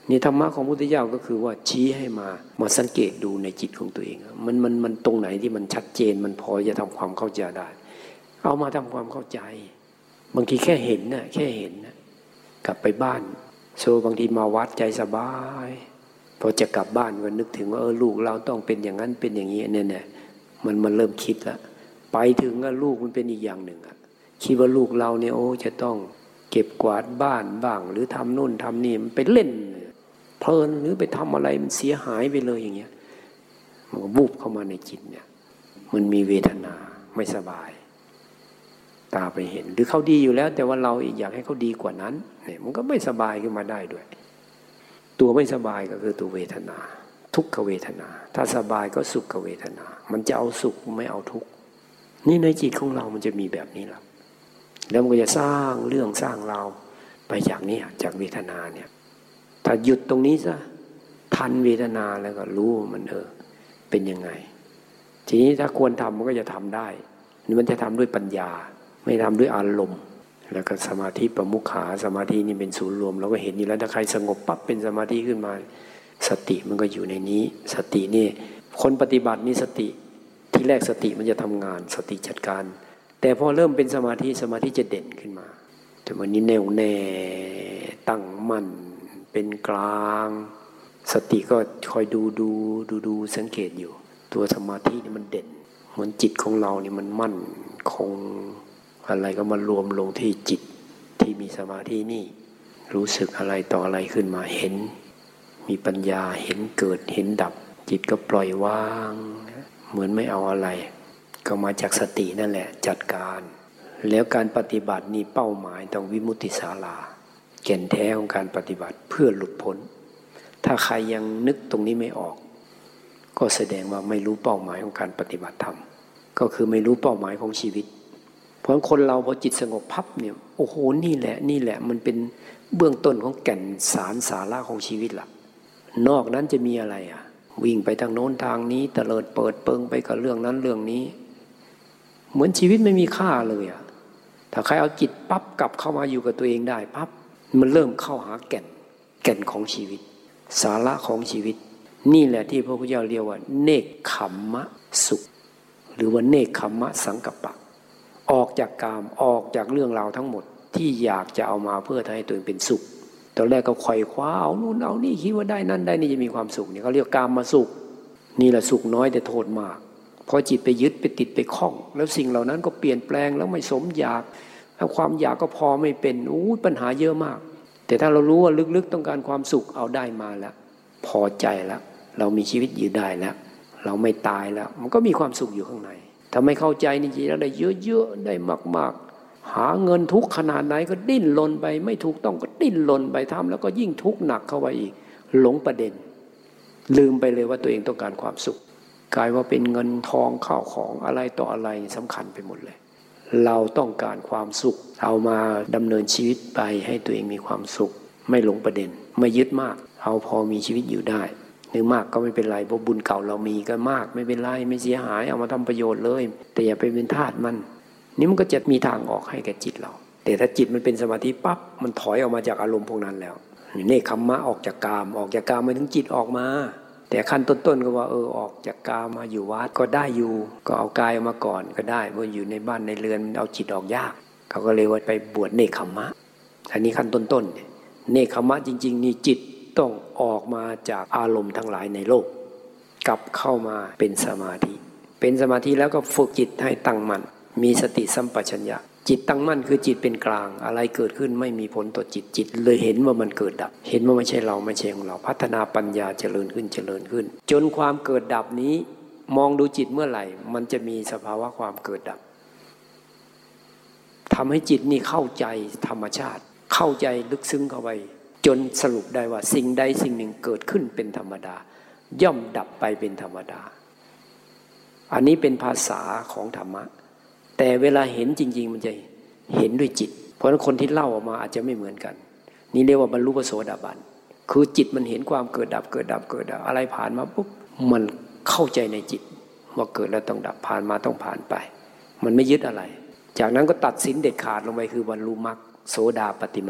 นี่ธรรมะของพุทธเจ้าก็คือว่าชี้ให้มามาสังเกตดูในจิตของตัวเองมันมันมันตรงไหนที่มันชัดเจนมันพอจะทำความเข้าใจได้เอามาทำความเข้าใจบางทีแค่เห็นนะแค่เห็นนะกลับไปบ้านโซบางทีมาวัดใจสบายพอจะกลับบ้านก็นึกถึงว่าเออลูกเราต้องเป็นอย่างนั้นเป็นอย่างนี้เนี่ยเนี่ยมันมันเริ่มคิดแล้วไปถึงก็ลูกมันเป็นอีกอย่างหนึ่งอะคิดว่าลูกเราเนี่ยโอ้จะต้องเก็บกวาดบ้านบ้างหรือทำนู่นทำนี่มันไปเล่นเพลินหรือไปทำอะไรมันเสียหายไปเลยอย่างเงี้ยมันก็วูบเข้ามาในจิตเนี่ยมันมีเวทนาไม่สบายตาไปเห็นหรือเขาดีอยู่แล้วแต่ว่าเราอีกอยากให้เขาดีกว่านั้นเนี่ยมันก็ไม่สบายขึ้นมาได้ด้วยตัวไม่สบายก็คือตัวเวทนาทุกขเวทนาถ้าสบายก็สุขเวทนามันจะเอาสุขไม่เอาทุกข์นี่ในจิตของเรามันจะมีแบบนี้แหละแล้วมันก็จะสร้างเรื่องสร้างราวไปจากนี้จากเวทนาเนี่ยถ้าหยุดตรงนี้ซะทันเวทนาแล้วก็รู้มันเออเป็นยังไงทีนี้ถ้าควรทำมันก็จะทำได้มันจะทำด้วยปัญญาไม่ทำด้วยอารมณ์แล้วก็สมาธิประมุขขาสมาธินี่เป็นศูนย์รวมเราก็เห็นอยู่แล้วถ้าใครสงบปั๊บเป็นสมาธิขึ้นมาสติมันก็อยู่ในนี้สตินี่คนปฏิบัตินี่สติที่แรกสติมันจะทำงานสติจัดการแต่พอเริ่มเป็นสมาธิสมาธิจะเด่นขึ้นมาแต่วันนี้แน่วแน่ตั้งมั่นเป็นกลางสติก็คอยดูดูดูดูสังเกตอยู่ตัวสมาธินี่มันเด่นเหมือนจิตของเรานี่มันมั่นคงอะไรก็มารวมลงที่จิตที่มีสมาธินี่รู้สึกอะไรต่ออะไรขึ้นมาเห็นมีปัญญาเห็นเกิดเห็นดับจิตก็ปล่อยวางเหมือนไม่เอาอะไรก็มาจากสตินั่นแหละจัดการแล้วการปฏิบัตินี่เป้าหมายต้องวิมุตติศาลาแก่นแท้ของการปฏิบัติเพื่อหลุดพ้นถ้าใครยังนึกตรงนี้ไม่ออกก็แสดงว่าไม่รู้เป้าหมายของการปฏิบัติธรรมก็คือไม่รู้เป้าหมายของชีวิตเพราะคนเราพอจิตสงบพับเนี่ยโอ้โหนี่แหละนี่แหละมันเป็นเบื้องต้นของแก่นสารสาระของชีวิตล่ะนอกนั้นจะมีอะไรอ่ะวิ่งไปทางโน้นทางนี้เตลิดเปิดเปิงไปกับเรื่องนั้นเรื่องนี้เหมือนชีวิตไม่มีค่าเลยอ่ะถ้าใครเอาจิตปั๊บกลับเข้ามาอยู่กับตัวเองได้ปั๊บมันเริ่มเข้าหาแก่นแก่นของชีวิตสาระของชีวิตนี่แหละที่พระพุทธเจ้าเรียกว่าเนกขัมมะสุขหรือว่าเนกขัมมะสังกัปปะออกจากกามออกจากเรื่องราวทั้งหมดที่อยากจะเอามาเพื่อให้ตัวเองเป็นสุขตอนแรกก็ไขว่คว้าเอานู่นเอานี่คิดว่าได้นั่นได้นี่จะมีความสุขเนี่ยเขาเรียกกามมาสุขนี่แหละสุขน้อยแต่โทษมากพอจิตไปยึดไปติดไปคล้องแล้วสิ่งเหล่านั้นก็เปลี่ยนแปลงแล้วไม่สมอยากถ้าความอยากก็พอไม่เป็นอู้ปัญหาเยอะมากแต่ถ้าเรารู้ว่าลึกๆต้องการความสุขเอาได้มาแล้วพอใจแล้วเรามีชีวิตอยู่ได้แล้วเราไม่ตายแล้วมันก็มีความสุขอยู่ข้างในถ้าไม่เข้าใจนี่จริงๆแล้วได้เยอะๆได้มากๆหาเงินทุกขนาดไหนก็ดิ้นรนไปไม่ถูกต้องก็ดิ้นรนไปทำแล้วก็ยิ่งทุกข์หนักเข้าไปอีกหลงประเด็นลืมไปเลยว่าตัวเองต้องการความสุขกลายว่าเป็นเงินทองข้าวของอะไรต่ออะไรสำคัญไปหมดเลยเราต้องการความสุขเอามาดำเนินชีวิตไปให้ตัวเองมีความสุขไม่หลงประเด็นไม่ยึดมากเอาพอมีชีวิตอยู่ได้หรือมากก็ไม่เป็นไรเพราะบุญเก่าเรามีก็มากไม่เป็นไรไม่เสียหายเอามาทำประโยชน์เลยแต่อย่าไปเป็นทาสมันนี่มันก็จะมีทางออกให้แก่จิตเราแต่ถ้าจิตมันเป็นสมาธิปั๊บมันถอยออกมาจากอารมณ์พวกนั้นแล้วเนคขัมมะออกจากกามออกจากกามมาถึงจิตออกมาแต่ขั้นต้นๆก็ว่าเออออกจากกามมาอยู่วัดก็ได้อยู่ก็เอากายออกมาก่อนก็ได้เพราะอยู่ในบ้านในเรือนเอาจิตออกยากเขาก็เลยว่าไปบวชเนคขัมมะอันนี้ขั้นต้นๆเนคขัมมะจริงๆนี่จิตต้องออกมาจากอารมณ์ทั้งหลายในโลกกลับเข้ามาเป็นสมาธิเป็นสมาธิแล้วก็ฝึกจิตให้ตั้งมั่นมีสติสัมปชัญญะจิตตั้งมั่นคือจิตเป็นกลางอะไรเกิดขึ้นไม่มีผลต่อจิตจิตเลยเห็นว่ามันเกิดดับเห็นว่าไม่ใช่เราไม่ใช่ของเราพัฒนาปัญญาเจริญขึ้นเจริญขึ้นจนความเกิดดับนี้มองดูจิตเมื่อไหร่มันจะมีสภาวะความเกิดดับทำให้จิตนี่เข้าใจธรรมชาติเข้าใจลึกซึ้งเข้าไปจนสรุปได้ว่าสิ่งใดสิ่งหนึ่งเกิดขึ้นเป็นธรรมดาย่อมดับไปเป็นธรรมดาอันนี้เป็นภาษาของธรรมะแต่เวลาเห็นจริงๆมันจะเห็นด้วยจิตเพราะฉะนั้นคนที่เล่าออกมาอาจจะไม่เหมือนกันนี่เรียกว่าบรรลุพระโสดาบันคือจิตมันเห็นความเกิดดับเกิดดับเกิดดับอะไรผ่านมาปุ๊บมันเข้าใจในจิตว่าเกิดแล้วต้องดับผ่านมาต้องผ่านไปมันไม่ยึดอะไรจากนั้นก็ตัดสินเด็ดขาดลงไปคือบรรลุมรรคโสดาปัตติมรรค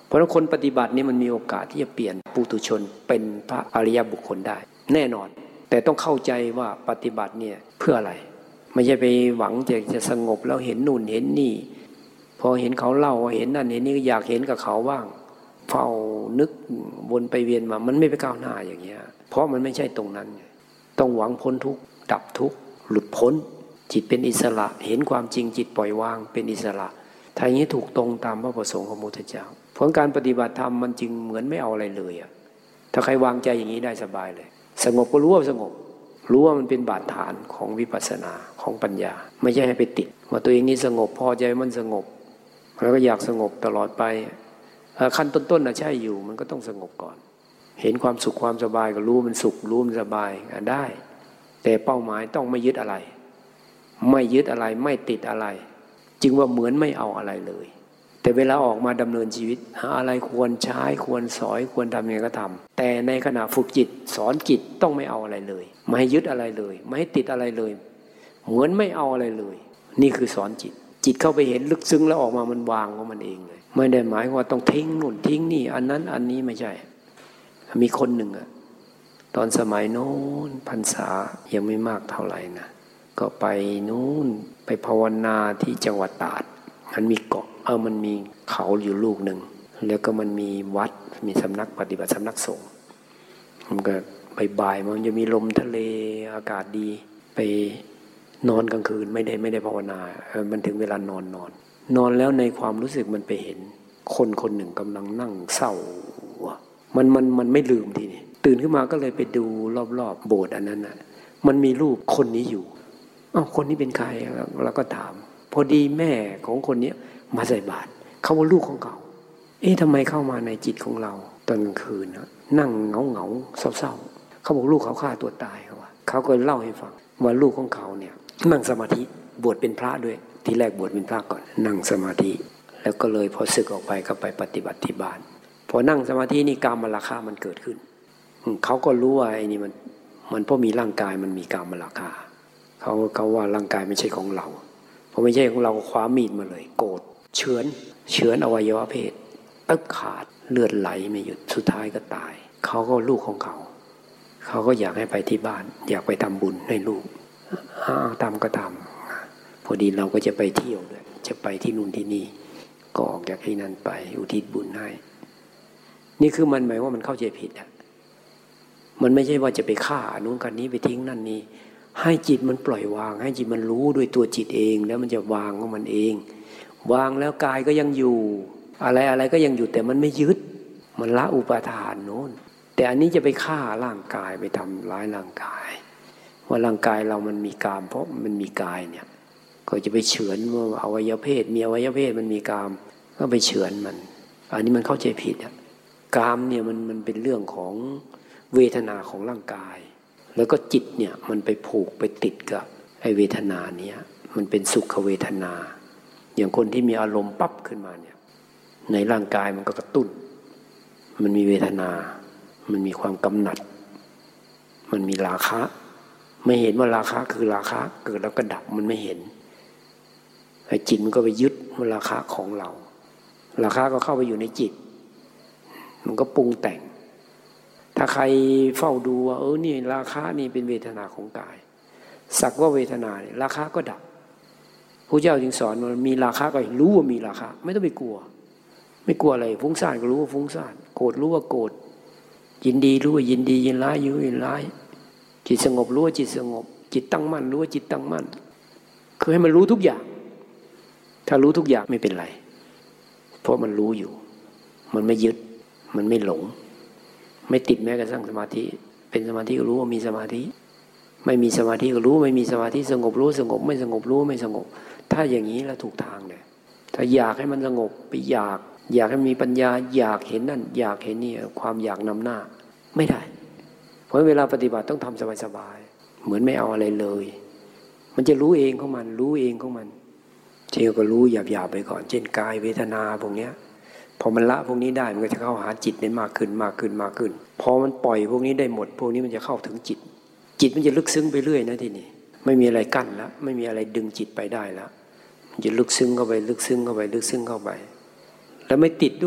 เพราะฉะนั้นคนปฏิบัตินี่มันมีโอกาสที่จะเปลี่ยนปุถุชนเป็นพระอริยบุคคลได้แน่นอนแต่ต้องเข้าใจว่าปฏิบัติเนี่ยเพื่ออะไรไม่ใช่ไปหวังจะจะสงบแล้วเห็นนู่นเห็นนี่พอเห็นเขาเล่าเห็นนั่นเห็นนี่ก็อยากเห็นกับเขาบ้างเฝ้านึกวนไปเวียนมามันไม่ไปก้าวหน้าอย่างเงี้ยเพราะมันไม่ใช่ตรงนั้นต้องหวังพ้นทุกข์ดับทุกข์หลุดพ้นจิตเป็นอิสระเห็นความจริงจิตปล่อยวางเป็นอิสระถ้าอย่างนี้ถูกตรงตามพระประสงค์ของพระพุทธเจ้าผลการปฏิบัติธรรมมันจึงเหมือนไม่เอาอะไรเลยอะถ้าใครวางใจอย่างนี้ได้สบายเลยสงบก็รู้ว่าสงบรู้ว่ามันเป็นบาดฐานของวิปัสสนาของปัญญาไม่ใช่ให้ไปติดว่าตัวเองนี่สงบพอใจมันสงบแล้วก็อยากสงบตลอดไปขั้นต้นๆนะใช่อยู่มันก็ต้องสงบก่อนเห็นความสุขความสบายก็รู้มันสุขรู้มันสบายได้แต่เป้าหมายต้องไม่ยึดอะไรไม่ยึดอะไรไม่ติดอะไรจึงว่าเหมือนไม่เอาอะไรเลยแต่เวลาออกมาดำเนินชีวิตหาอะไรควรใช้ควรสอยควรทำยังไงก็ทำแต่ในขณะฝึกจิตสอนจิตต้องไม่เอาอะไรเลยไม่ให้ยึดอะไรเลยไม่ให้ติดอะไรเลยเหมือนไม่เอาอะไรเลยนี่คือสอนจิตจิตเข้าไปเห็นลึกซึ้งแล้วออกมามันวางของมันเองเลยไม่ได้หมายว่าต้องทิ้งนู่นทิ้งนี่อันนั้นอันนี้ไม่ใช่มีคนหนึ่งอะตอนสมัยโน้นพรรษายังไม่มากเท่าไหร่นะก็ไปนู้นไปภาวนาที่จังหวัดตราดมันมีเกาะเออมันมีเขาอยู่ลูกหนึ่งแล้วก็มันมีวัดมีสำนักปฏิบัติสำนักสงฆ์มันก็บ่ายๆมันจะมีลมทะเลอากาศดีไปนอนกลางคืนไม่ได้ไม่ได้ภาวนาเออมันถึงเวลานอนนอนนอนแล้วในความรู้สึกมันไปเห็นคนคนหนึ่งกำลังนั่งเศร้ามันมันมันไม่ลืมทีนี้ตื่นขึ้นมาก็เลยไปดูรอบๆโบสถ์อันนั้นน่ะมันมีรูปคนนี้อยู่อ้าวคนนี้เป็นใครเราก็ถามพอดีแม่ของคนนี้มาใส่บาตรเขาว่าลูกของเขาเอ๊ะทำไมเข้ามาในจิตของเราตอนกลางคืนนะนั่งเหงาเหงาเศร้าๆเขาบอกลูกเขาฆ่าตัวตายเขาว่าเขาก็เล่าให้ฟังว่าลูกของเขาเนี่ยนั่งสมาธิบวชเป็นพระด้วยทีแรกบวชเป็นพระก่อนนั่งสมาธิแล้วก็เลยพอสึกออกไปก็ไปปฏิบัติที่บ้านพอนั่งสมาธินี่กามราคะมันเกิดขึ้นเขาก็รู้ว่าไอ้นี่มันมันเพราะมีร่างกายมันมีกามราคะเขาเขาว่าร่างกายไม่ใช่ของเราพอไม่ใช่ของเราคว้ามีดมาเลยโกรธเฉือนเฉือนอวัยวะเพศตึ๊กขาดเลือดไหลไม่หยุดสุดท้ายก็ตายเขาก็ลูกของเขาเขาก็อยากให้ไปที่บ้านอยากไปทำบุญให้ลูกอ้าวทำก็ทำพอดีเราก็จะไปเที่ยวด้วยจะไปที่นู่นที่นี่ก็ออกจากที่นั่นไปอุทิศบุญให้นี่คือมันหมายว่ามันเข้าใจผิดอ่ะมันไม่ใช่ว่าจะไปฆ่าอนุกันนี้ไปทิ้งนั่นนี่ให้จิตมันปล่อยวางให้จิตมันรู้ด้วยตัวจิตเองแล้วมันจะวางของมันเองวางแล้วกายก็ยังอยู่อะไรอะไรก็ยังอยู่แต่มันไม่ยึดมันละอุปาทานโน้นแต่อันนี้จะไปฆ่าร่างกายไปทำร้ายร่างกายว่าร่างกายเรามันมีกามเพราะมันมีกายเนี่ยก็จะไปเฉือนว่าอวัยวะเพศมีอวัยวะเพศมันมีกามก็ไปเฉือนมันอันนี้มันเข้าใจผิดอ่ะกามเนี่ยมันมันเป็นเรื่องของเวทนาของร่างกายแล้วก็จิตเนี่ยมันไปผูกไปติดกับไอ้เวทนาเนี้ยมันเป็นสุขเวทนาอย่างคนที่มีอารมณ์ปั๊บขึ้นมาเนี่ยในร่างกายมันก็กระตุ้นมันมีเวทนามันมีความกำหนัดมันมีราคะไม่เห็นว่าราคะคือราคะเกิดแล้วก็ดับมันไม่เห็นไอ้จิตมันก็ไปยึดว่าราคะของเราราคะก็เข้าไปอยู่ในจิตมันก็ปรุงแต่งถ้าใครเฝ้าดูว่าเออนี่ราคะนี่เป็นเวทนาของกายสักว่าเวทนาเนี่ยราคะก็ดับพระเจ้าจึงสอนว่ามีราคะก็รู้ว่ามีราคะไม่ต้องไปกลัวไม่กลัวอะไรฟุ้งซ่านก็รู้ว่าฟุ้งซ่านโกรธรู้ว่าโกรธยินดีรู้ว่ายินดียินร้ายรู้ว่ายินร้ายจิตสงบรู้ว่าจิตสงบจิตตั้งมั่นรู้ว่าจิตตั้งมั่นคือให้มันรู้ทุกอย่างถ้ารู้ทุกอย่างไม่เป็นไรเพราะมันรู้อยู่มันไม่ยึดมันไม่หลงไม่ติดแม้กระทั่งสมาธิเป็นสมาธิก็รู้ว่ามีสมาธิไม่มีสมาธิก็รู้ไม่มีสมาธิสงบรู้สงบไม่สงบรู้ไม่สงบถ้าอย่างนี้แล้วถูกทางเลยถ้าอยากให้มันสงบไปอยากอยากให้มีปัญญาอยากเห็นนั่นอยากเห็นนี่ความอยากนำหน้าไม่ได้เพราะเวลาปฏิบัติต้องทำสบายๆเหมือนไม่เอาอะไรเลยมันจะรู้เองของมันรู้เองของมันเที่ยวก็รู้หยาบๆไปก่อนเช่นกายเวทนาพวกเนี้ยพอมันละพวกนี้ได้มันก็จะเข้าหาจิตได้มากขึ้นมากขึ้นมากขึ้นพอมันปล่อยพวกนี้ได้หมดพวกนี้มันจะเข้าถึงจิตจิตมันจะลึกซึ้งไปเรื่อยนะทีนี้ไม่มีอะไรกั้นแล้วไม่มีอะไรดึงจิตไปได้แล้วมันจะลึกซึ้งเข้าไปลึกซึ้งเข้าไปลึกซึ้งเข้าไปแล้วไม่ติดด้วย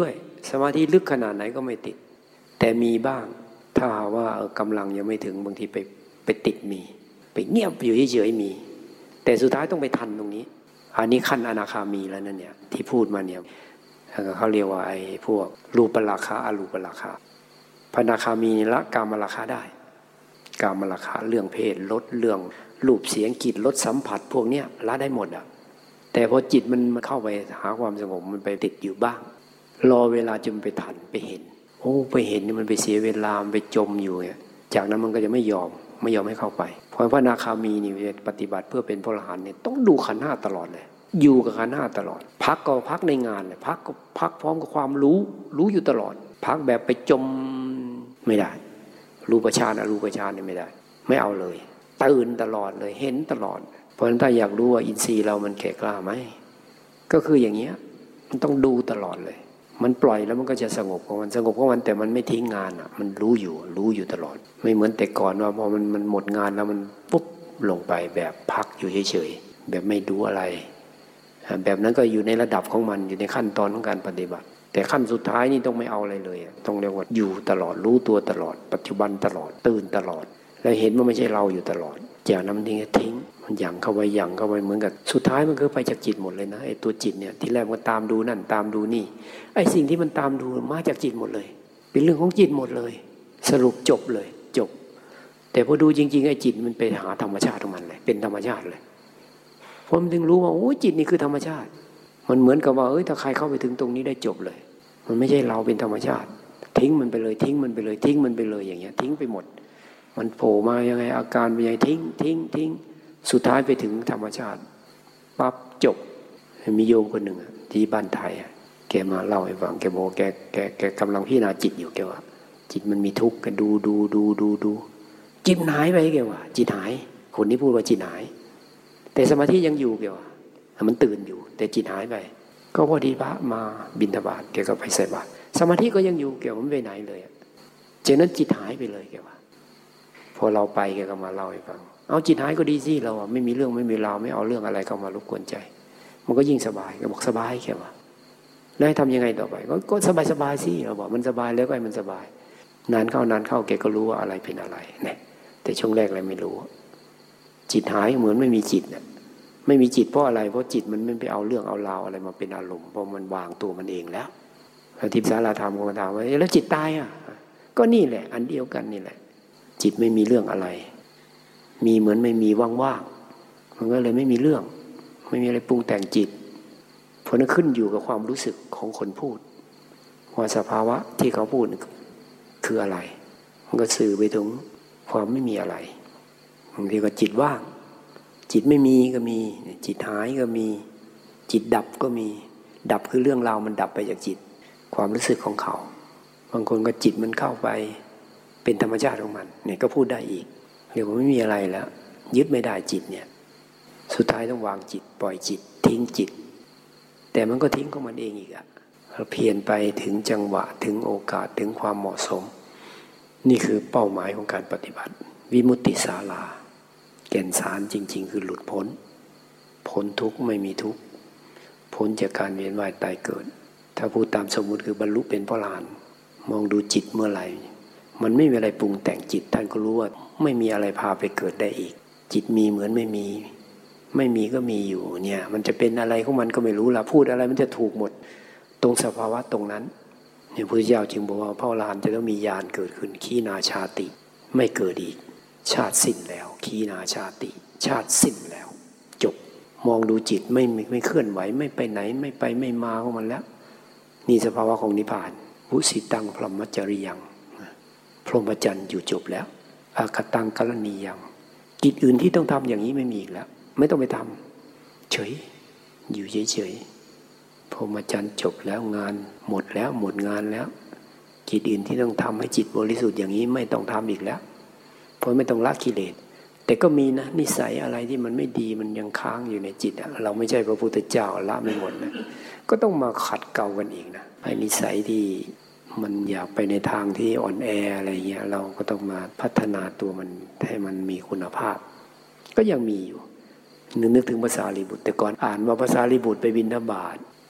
สมาธิลึกขนาดไหนก็ไม่ติดแต่มีบ้างถ้าว่ากำลังยังไม่ถึงบางทีไปไปติดมีไปเงียบอยู่เฉยๆมีแต่สุดท้ายต้องไปทันตรงนี้อันนี้ขั้นอนาคามีแล้วนั่นเนี่ยที่พูดมาเนี่ยเขาเรียกว่าไอ้พวกรูปราคะอรูปราคะพระอนาคามีละกามราคะได้กามราคะเรื่องเพศลดเรื่องรูปเสียงกลิ่นรสสัมผัสพวกเนี้ยละได้หมดอ่ะแต่พอจิตมันเข้าไปหาความสงบมันไปติดอยู่บ้างรอเวลาจนไปทันไปเห็นโอ้ไปเห็นนี่มันไปเสียเวลามันไปจมอยู่เนี่ยจากนั้นมันก็จะไม่ยอมไม่ยอมให้เข้าไปเพราะพระอนาคามีนี่ปฏิบัติเพื่อเป็นพระอรหันต์เนี่ยต้องดูขันธ์ห้าตลอดเลยอยู่กับขันธ์ห้าตลอดพักก็พักในงานเลยพักก็พักพร้อมกับความรู้รู้อยู่ตลอดพักแบบไปจมไม่ได้รูปฌานอรูปฌานนี่ไม่ได้ไม่เอาเลยตื่นตลอดเลยเห็นตลอดเพราะฉะนั้นถ้าอยากรู้ว่าอินทรีย์เรามันแก่กล้าไหมก็คืออย่างเงี้ยมันต้องดูตลอดเลยมันปล่อยแล้วมันก็จะสงบของมันสงบของมันแต่มันไม่ทิ้งงานอ่ะมันรู้อยู่รู้อยู่ตลอดไม่เหมือนแต่ก่อนว่าพอมันมันหมดงานแล้วมันปุ๊บลงไปแบบพักอยู่เฉยๆแบบไม่ดูอะไรแบบนั้นก็อยู่ในระดับของมันอยู่ในขั้นตอนของการปฏิบัติแต่ขั้นสุดท้ายนี่ต้องไม่เอาอะไรเลยต้องเรียกว่าอยู่ตลอดรู้ตัวตลอดปัจจุบันตลอดตื่นตลอดแล้วเห็นว่าไม่ใช่เราอยู่ตลอดจากนั้นมันทิ้งทิ้งมันหยั่งเข้าไปหยั่งเข้าไปเหมือนกับสุดท้ายมันก็ไปจากจิตหมดเลยนะไอ้ตัวจิตเนี่ยที่แรกมันตามดูนั่นตามดูนี่ไอ้สิ่งที่มันตามดูมาจากจิตหมดเลยเป็นเรื่องของจิตหมดเลยสรุปจบเลยจบแต่พอดูจริงๆไอ้จิตมันไปหาธรรมชาติของมันเลยเป็นธรรมชาติเลยผมถึงรู้ว่าโอ้จิตนี่คือธรรมชาติมันเหมือนกับว่าเอ้ยถ้าใครเข้าไปถึงตรงนี้ได้จบเลยมันไม่ใช่เราเป็นธรรมชาติทิ้งมันไปเลยทิ้งมันไปเลยทิ้งมันไปเลยอย่างเงี้ยทิ้งไปหมดมันโผล่มายังไงอาการเป็นยังไงทิ้งทิ้งทิ้งสุดท้ายไปถึงธรรมชาติปั๊บจบมีโยมคนหนึ่งที่บ้านไทยแกมาเล่าให้ฟังแกบอกแกแกแกกำลังพิจารณาจิตอยู่แกว่าจิตมันมีทุกข์แกดูดูดูดูดูจิตหายไปแกว่าจิตหายคนนี้พูดว่าจิตหายแต่สมาธิยังอยู่แกว่ามันตื่นอยู่แต่จิตหายไปก็พอดีพระมาบิณฑบาตแกก็ไปใส่บาตรสมาธิก็ยังอยู่แกว่าไม่ไปไหนเลยจากนั้นจิตหายไปเลยแกว่าพอเราไปแกก็มาเล่าให้ฟังเอาจิตหายก็ดีสิเราไม่มีเรื่องไม่มีราวไม่เอาเรื่องอะไรเข้ามารบกวนใจมันก็ยิ่งสบายก็บอกสบายแค่ว่าแล้วให้ทำยังไงต่อไปก็ก็สบายสบายสิเราบอกมันสบายแล้วก็ให้มันสบายนานเข้านานเข้าแกก็รู้ว่าอะไรเป็นอะไรเนี่ยแต่ช่วงแรกอะไรไม่รู้จิตหายเหมือนไม่มีจิตเนี่ยไม่มีจิตเพราะอะไรเพราะจิตมันไม่ไปเอาเรื่องเอาราวอะไรมาเป็นอารมณ์เพราะมันวางตัวมันเองแล้วทิพย์สาราธรรมก็ถามว่าแล้วจิตตายอ่ะก็นี่แหละอันเดียวกันนี่แหละจิตไม่มีเรื่องอะไรมีเหมือนไม่มีว่างๆมันก็เลยไม่มีเรื่องไม่มีอะไรปรุงแต่งจิตเพราะนั้นขึ้นอยู่กับความรู้สึกของคนพูดว่าสภาวะที่เขาพูดคืออะไรมันก็สื่อไปถึงความไม่มีอะไรบางทีก็จิตว่างจิตไม่มีก็มีจิตหายก็มีจิตดับก็มีดับคือเรื่องราวมันดับไปจากจิตความรู้สึกของเขาบางคนก็จิตมันเข้าไปเป็นธรรมชาติของมันเนี่ยก็พูดได้อีกเรียกว่าไม่มีอะไรแล้วยึดไม่ได้จิตเนี่ยสุดท้ายต้องวางจิตปล่อยจิตทิ้งจิตแต่มันก็ทิ้งของมันเองอีกอะเราเพียรไปถึงจังหวะถึงโอกาสถึงความเหมาะสมนี่คือเป้าหมายของการปฏิบัติวิมุตติศาลาแก่นสารจริงๆคือหลุดพ้นพ้นทุกข์ไม่มีทุกข์พ้นจากการเวียนว่ายตายเกิดถ้าพูดตามสมมุติคือบรรลุเป็นพระอรหันต์มองดูจิตเมื่อไหร่มันไม่มีอะไรปรุงแต่งจิตท่านก็รู้ว่าไม่มีอะไรพาไปเกิดได้อีกจิตมีเหมือนไม่มีไม่มีก็มีอยู่เนี่ยมันจะเป็นอะไรของมันก็ไม่รู้ละพูดอะไรมันจะถูกหมดตรงสภาวะตรงนั้นเนี่ยพระพุทธเจ้าจึงบอกว่าพระอรหันต์จะต้องมีญาณเกิดขึ้นขีณาชาติไม่เกิดอีกชาติสิ้นแล้วขีณาชาติชาติสิ้นแล้วจบมองดูจิตไม่ไม่เคลื่อนไหวไม่ไปไหนไม่ไปไม่มาของมันแล้วนี่สภาวะของนิพพานวุสิตังพรหมจริยังพรหมจรรย์อยู่จบแล้วอาคตังกัลลียังกิจอื่นที่ต้องทำอย่างนี้ไม่มีอีกแล้วไม่ต้องไปทำเฉยอยู่เฉยๆพรหมจรรย์จบแล้วงานหมดแล้วหมดงานแล้วกิจอื่นที่ต้องทำให้จิตบริสุทธิ์อย่างนี้ไม่ต้องทำอีกแล้วเพราะไม่ต้องละกิเลสแต่ก็มีนะนิสัยอะไรที่มันไม่ดีมันยังค้างอยู่ในจิตเราไม่ใช่พระพุทธเจ้าละไม่หมดนะก็ต้องมาขัดเกลากันอีกนะไอ้นิสัยที่มันอยากไปในทางที่อ่อนแออะไรเงี้ยเราก็ต้องมาพัฒนาตัวมันให้มันมีคุณภาพก็ยังมีอยู่นึกนึกถึงภาษาลีบุตรแต่ก่อนอ่านว่าภาษาลีบุตรไปบิณฑบาต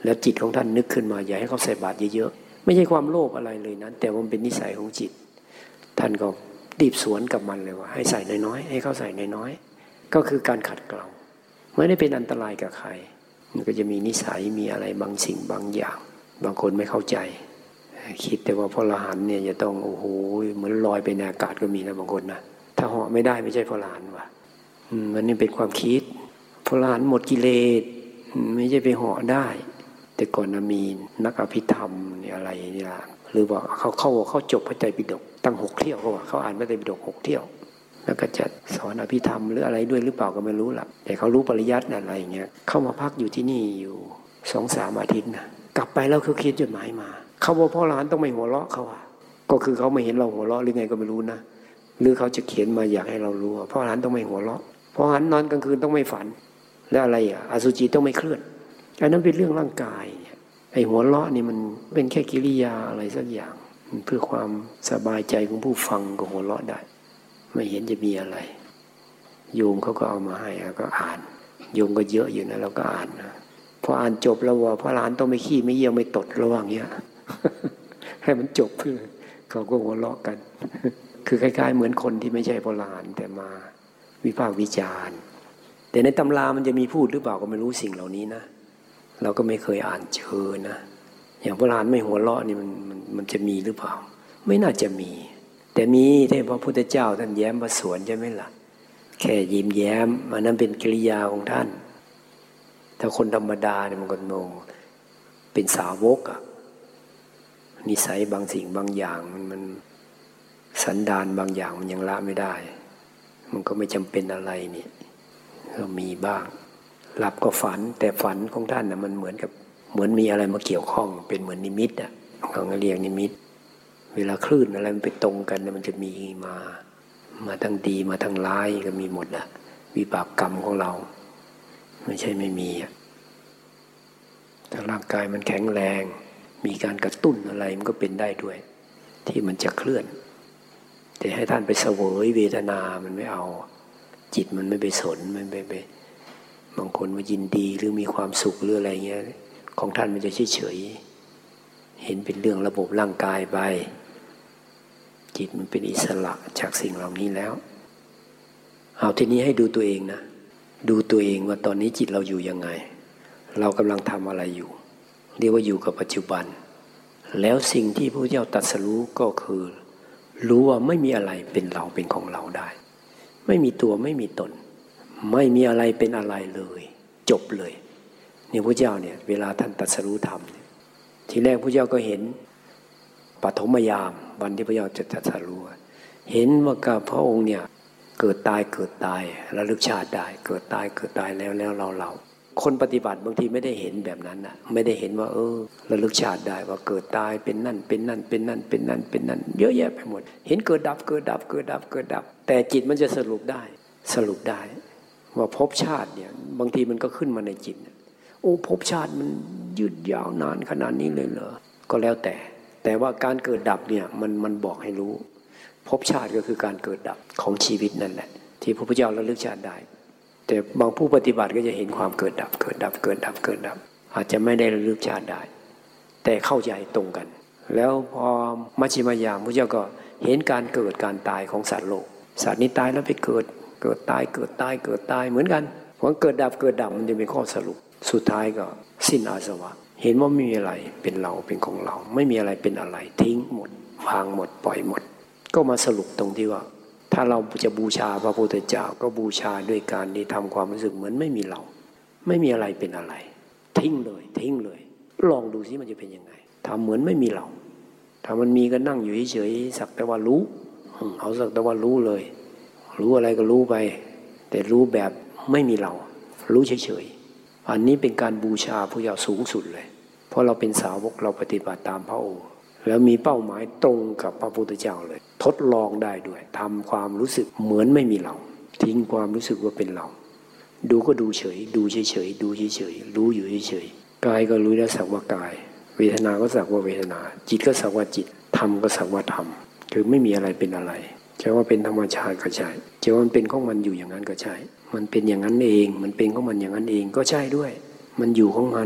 แล้วจิตของท่านนึกขึ้นมาอย่าให้เขาใส่บาตรเยอะๆไม่ใช่ความโลภอะไรเลยนะแต่มันเป็นนิสัยของจิตท่านก็รีบสวนกับมันเลยว่าให้ใส่น้อยๆให้เขาใส่น้อยๆก็คือการขัดเกลาไม่ได้เป็นอันตรายกับใครมันก็จะมีนิสัยมีอะไรบางสิ่งบางอย่างบางคนไม่เข้าใจคิดแต่ว่าพระอรหันต์เนี่ยจะต้องโอ้โหเหมือนลอยไปในอากาศก็มีนะบางคนนะถ้าเหาะไม่ได้ไม่ใช่พระอรหันต์ว่ะมันนี่เป็นความคิดพระอรหันต์หมดกิเลสไม่ใช่ไปเหาะได้แต่ก่อนนะมีนักอภิธรรมเนี่ยอะไรนี่ล่ะหรือว่าเขาเข้าเขาจบพระไตรปิฎกตั้งหกเที่ยวเขาว่าเขาอ่านพระไตรปิฎกหกเที่ยวแล้วก็จะสอนอภิธรรมหรืออะไรด้วยหรือเปล่าก็ไม่รู้ล่ะแต่เขารู้ปริยัติอะไรอย่างเงี้ยเข้ามาพักอยู่ที่นี่อยู่สองสามอาทิตย์นะกลับไปแล้วเขาเขียนจดหมายมาเขาบอกพ่อหลานต้องไม่หัวเราะเขาอ่ะก็คือเขาไม่เห็นเราหัวเราะหรือไงก็ไม่รู้นะหรือเขาจะเขียนมาอยากให้เรารู้ว่าพ่อหลานต้องไม่หัวเราะพ่อหลานนอนกลางคืนต้องไม่ฝันแล้วอะไรอ่ะอสุจิต้องไม่เคลื่อนอันนั้นเป็นเรื่องร่างกายเนี่ยไอ้หัวเราะนี่มันเป็นแค่กิริยาอะไรสักอย่างเพื่อความสบายใจของผู้ฟังก็หัวเราะได้ไม่เห็นจะมีอะไรโยมเขาก็เอามาให้ก็อ่านโยมก็เยอะอยู่นะเราก็อ่านนะพออ่านจบแล้วว่าพระหลานต้องไม่ขี้ไม่เยี่ยวไม่ตดระหว่างเนี้ย ให้มันจบเพื่อเขาก็หัวเราะกัน คือคล้ายๆเหมือนคนที่ไม่ใช่พระหลานแต่มาวิพากษ์วิจารณ์แต่ในตำรามันจะมีพูดหรือเปล่าก็ไม่รู้สิ่งเหล่านี้นะเราก็ไม่เคยอ่านเจอนะอย่างพระหลานไม่หัวเราะนี่มันมันมันจะมีหรือเปล่าไม่น่าจะมีแต่มีที่พระพุทธเจ้าท่านแย้มพระสวนใช่ไหมล่ะแค่ยิ้มแย้มอันนั้นเป็นกิริยาของท่านถ้าคนธรรมดาเนี่ยมันก็งงเป็นสาวกอะนิสัยบางสิ่งบางอย่างมันมันสันดานบางอย่างมันยังละไม่ได้มันก็ไม่จำเป็นอะไรนี่ก็มีบ้างหลับก็ฝันแต่ฝันของท่านนะมันเหมือนกับเหมือนมีอะไรมาเกี่ยวข้องเป็นเหมือนนิมิตอ่ะเขาเรียกนิมิตเวลาคลื่นอะไรมันไปตรงกันมันจะมีมามาทั้งดีมาทั้งร้ายก็มีหมดอ่ะวิบากกรรมของเราไม่ใช่ไม่มีอ่ะถ้าร่างกายมันแข็งแรงมีการกระตุ้นอะไรมันก็เป็นได้ด้วยที่มันจะเคลื่อนแต่ให้ท่านไปเสวยเวทนามันไม่เอาจิตมันไม่ไปสนมันไม่ไปบางคนมายินดีหรือมีความสุขหรืออะไรเงี้ยของท่านมันจะเฉยเฉยเห็นเป็นเรื่องระบบร่างกายไปจิตมันเป็นอิสระจากสิ่งเหล่านี้แล้วเอาทีนี้ให้ดูตัวเองนะดูตัวเองว่าตอนนี้จิตเราอยู่ยังไงเรากำลังทำอะไรอยู่เรียกว่าอยู่กับปัจจุบันแล้วสิ่งที่พระพุทธเจ้าตรัสรู้ก็คือรู้ว่าไม่มีอะไรเป็นเราเป็นของเราได้ไม่มีตัวไม่มีตนไม่มีอะไรเป็นอะไรเลยจบเลยเนี่ยพระเจ้าเนี่ยเวลาท่านตรัสรู้ธรรมทีแรกพระเจ้าก็เห็นปฐมยามวันที่พระเจ้าจะตรัสรู้เห็นว่ากับพระองค์เนี่ยเกิดตายเกิดตายระลึกชาติได้เกิดตายเกิดตายแล้วแล้วเราเราคนปฏิบัติบางทีไม่ได้เห็นแบบนั้นน่ะไม่ได้เห็นว่าเออระลึกชาติได้ว่าเกิดตายเป็นนั่นเป็นนั่นเป็นนั่นเป็นนั่นเป็นนั่นเยอะแยะไปหมดเห็นเกิดดับเกิดดับเกิดดับเกิดดับแต่จิตมันจะสรุปได้สรุปได้ว่าภพชาติเนี่ยบางทีมันก็ขึ้นมาในจิตโอ้ภพชาติมันยืดยาวนานขนาดนี้เลยเหรอก็แล้วแต่แต่ว่าการเกิดดับเนี่ยมันมันบอกให้รู้ภพชาติก็คือการเกิดดับของชีวิตนั่นแหละที่พระพุทธเจ้าระลึกชาติได้แต่บางผู้ปฏิบัติก็จะเห็นความเกิดดับเกิดดับเกิดดับเกิดดับอาจจะไม่ได้ระลึกชาติได้แต่เข้าใจตรงกันแล้วพอมัชฌิมญาณพระเจ้าก็เห็นการเกิดการตายของสัตว์โลกสัตว์นี้ตายแล้วไปเกิดเกิดตายเกิดตายเกิดตายเหมือนกันเพราะเกิดดับเกิดดับมันจะเป็นข้อสรุปสุดท้ายก็สิ้นอาสวะเห็นว่าไม่มีอะไรเป็นเราเป็นของเราไม่มีอะไรเป็นอะไรทิ้งหมดวางหมดปล่อยหมดก็มาสรุปตรงที่ว่าถ้าเราจะบูชาพระพุทธเจ้าก็บูชาด้วยการที่ทำความรู้สึกเหมือนไม่มีเราไม่มีอะไรเป็นอะไรทิ้งเลยทิ้งเลยลองดูสิมันจะเป็นยังไงทำเหมือนไม่มีเราถ้ามันมีก็นั่งอยู่เฉยๆสักแต่ว่ารู้เอาสักแต่ว่ารู้เลยรู้อะไรก็รู้ไปแต่รู้แบบไม่มีเรารู้เฉยๆอันนี้เป็นการบูชาพระเจ้าสูงสุดเลยเพราะเราเป็นสาวกเราปฏิบัติตามพระองค์แล้วมีเป้าหมายตรงกับพระพุทธเจ้าเลยทดลองได้ด้วยทำความรู้สึกเหมือนไม่มีเราทิ้งความรู้สึกว่าเป็นเราดูก็ดูเฉยดูเฉยๆดูเฉยๆรู้อยู่เฉยๆกายก็รู้แล้วสักว่ากายเวทนาก็สักว่าเวทนาจิตก็สักว่าจิตธรรมก็สักว่าธรรมคือไม่มีอะไรเป็นอะไรจะว่าเป็นธรรมชาติก็ใช่จะว่ามันเป็นของมันอยู่อย่างนั้นก็ใช่มันเป็นอย่างนั้นเองมันเป็นของมันอย่างนั้นเองก็ใช่ด้วยมันอยู่ของมัน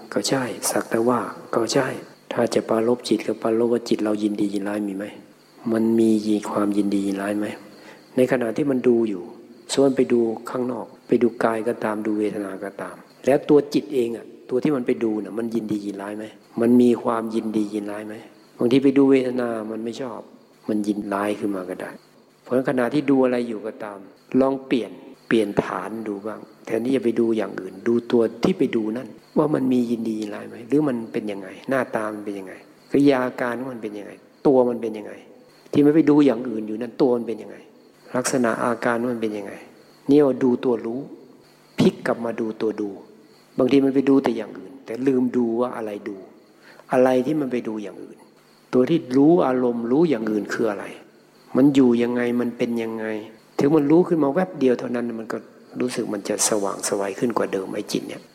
ก็ใช่สักแต่ว่าก็ใช่ถ้าจะปรารภจิตก็ปรารภว่าจิตเรายินดียินร้ายมีไหมมันมียีความยินดียินร้ายไหมในขณะที่มันดูอยู่ส่วนไปดูข้างนอกไปดูกายก็ตามดูเวทนาก็ตามแล้วตัวจิตเองอ่ะตัวที่มันไปดูน่ะมันยินดียินร้ายไหมมันมีความยินดียินร้ายไหมบางทีไปดูเวทนามันไม่ชอบมันยินร้ายขึ้นมาก็ได้เพราะขณะที่ดูอะไรอยู่ก็ตามลองเปลี่ยนเปลี่ยนฐานดูบ้างแทนที่จะไปดูอย่างอื่นดูตัวที่ไปดูนั่นว่ามันมียินดียินร้ายไหมหรือมันเป็นยังไงหน้าตามันเป็นยังไงกริยาการมันเป็นยังไงตัวมันเป็นยังไงที่ไม่ไปดูอย่างอื่นอยู่นั่นตัวมันเป็นยังไงลักษณะอาการมันเป็นยังไงนี่ว่าดูตัวรู้พลิกกลับมาดูตัวดูบางทีมันไปดูแต่อย่างอื่นแต่ลืมดูว่าอะไรดูอะไรที่มันไปดูอย่างอื่นตัวที่รู้อารมณ์รู้อย่างอื่นคืออะไรมันอยู่ยังไงมันเป็นยังไงถึงมันรู้ขึ้นมาแวบเดียวเท่านั้นมันก็รู้สึกมันจะสว่างสวัยขึ้นกว่าเดิมไอ้จิตเนี่ย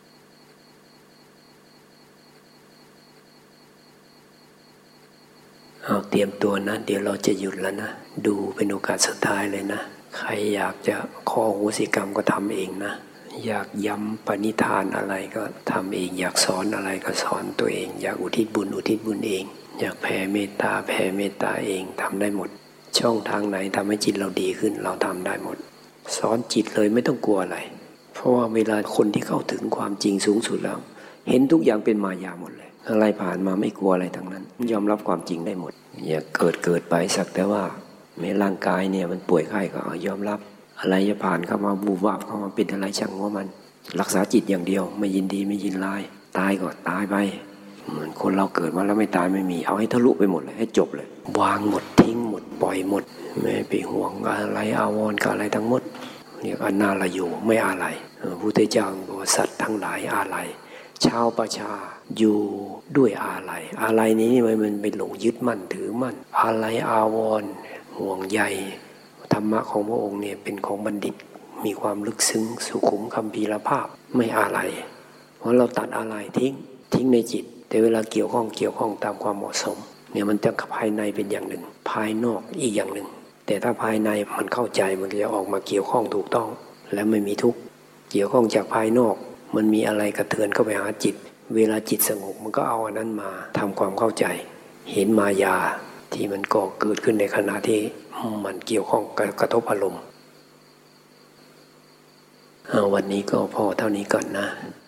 เอาเตรียมตัวนะเดี๋ยวเราจะหยุดแล้วนะดูเป็นโอกาสสุดท้ายเลยนะใครอยากจะขอโหสิกรรมก็ทำเองนะอยากย้ำปณิธานอะไรก็ทำเองอยากสอนอะไรก็สอนตัวเองอยากอุทิศบุญอุทิศบุญเองอยากแผ่เมตตาแผ่เมตตาเองทำได้หมดช่องทางไหนทำให้จิตเราดีขึ้นเราทำได้หมดสอนจิตเลยไม่ต้องกลัวอะไรเพราะว่าเวลาคนที่เข้าถึงความจริงสูงสุดแล้วเห็นทุกอย่างเป็นมายาหมดเลยอะไรผ่านมาไม่กลัวอะไรทั้งนั้นยอมรับความจริงได้หมดอย่าเกิดเกิดไปสักแต่ว่าแม้ร่างกายเนี่ยมันป่วยไข้ก็ยอมรับอะไรจะผ่านเข้ามาบูบวาบเข้ามาเป็นอะไรช่างว่ามันรักษาจิตอย่างเดียวไม่ยินดีไม่ยินร้ายตายก็ตายไปเหมือนคนเราเกิดมาแล้วไม่ตายไม่มีเอาให้ทะลุไปหมดเลยให้จบเลยวางหมดทิ้งหมดปล่อยหมดไม่ไปห่วงอะไรอาวรณ์กับอะไรทั้งหมดเรียกอนาลโยไม่อะไรพระพุทธเจ้าบอกว่าสัตว์ทั้งหลายอะไรชาวประชาอยู่ด้วยอะไรอะไรนี้นี่มันเป็นหลงยึดมั่นถือมั่นอะไรอาวรณ์ห่วงใยธรรมะของพระองค์เนี่ยเป็นของบัณฑิตมีความลึกซึ้งสุขุมคัมภีรภาพไม่อะไรเพราะเราตัดอะไรทิ้งทิ้งในจิตแต่เวลาเกี่ยวข้องเกี่ยวข้องตามความเหมาะสมเนี่ยมันจะภายในเป็นอย่างหนึ่งภายนอกอีกอย่างหนึ่งแต่ถ้าภายในมันเข้าใจมันจะออกมาเกี่ยวข้องถูกต้องและไม่มีทุกข์เกี่ยวข้องจากภายนอกมันมีอะไรกระเทือนเข้าไปหาจิตเวลาจิตสงบมันก็เอาอันนั้นมาทำความเข้าใจเห็นมายาที่มันก่อเกิดขึ้นในขณะที่มันเกี่ยวข้องกับกระทบอารมณ์วันนี้ก็พอเท่านี้ก่อนนะ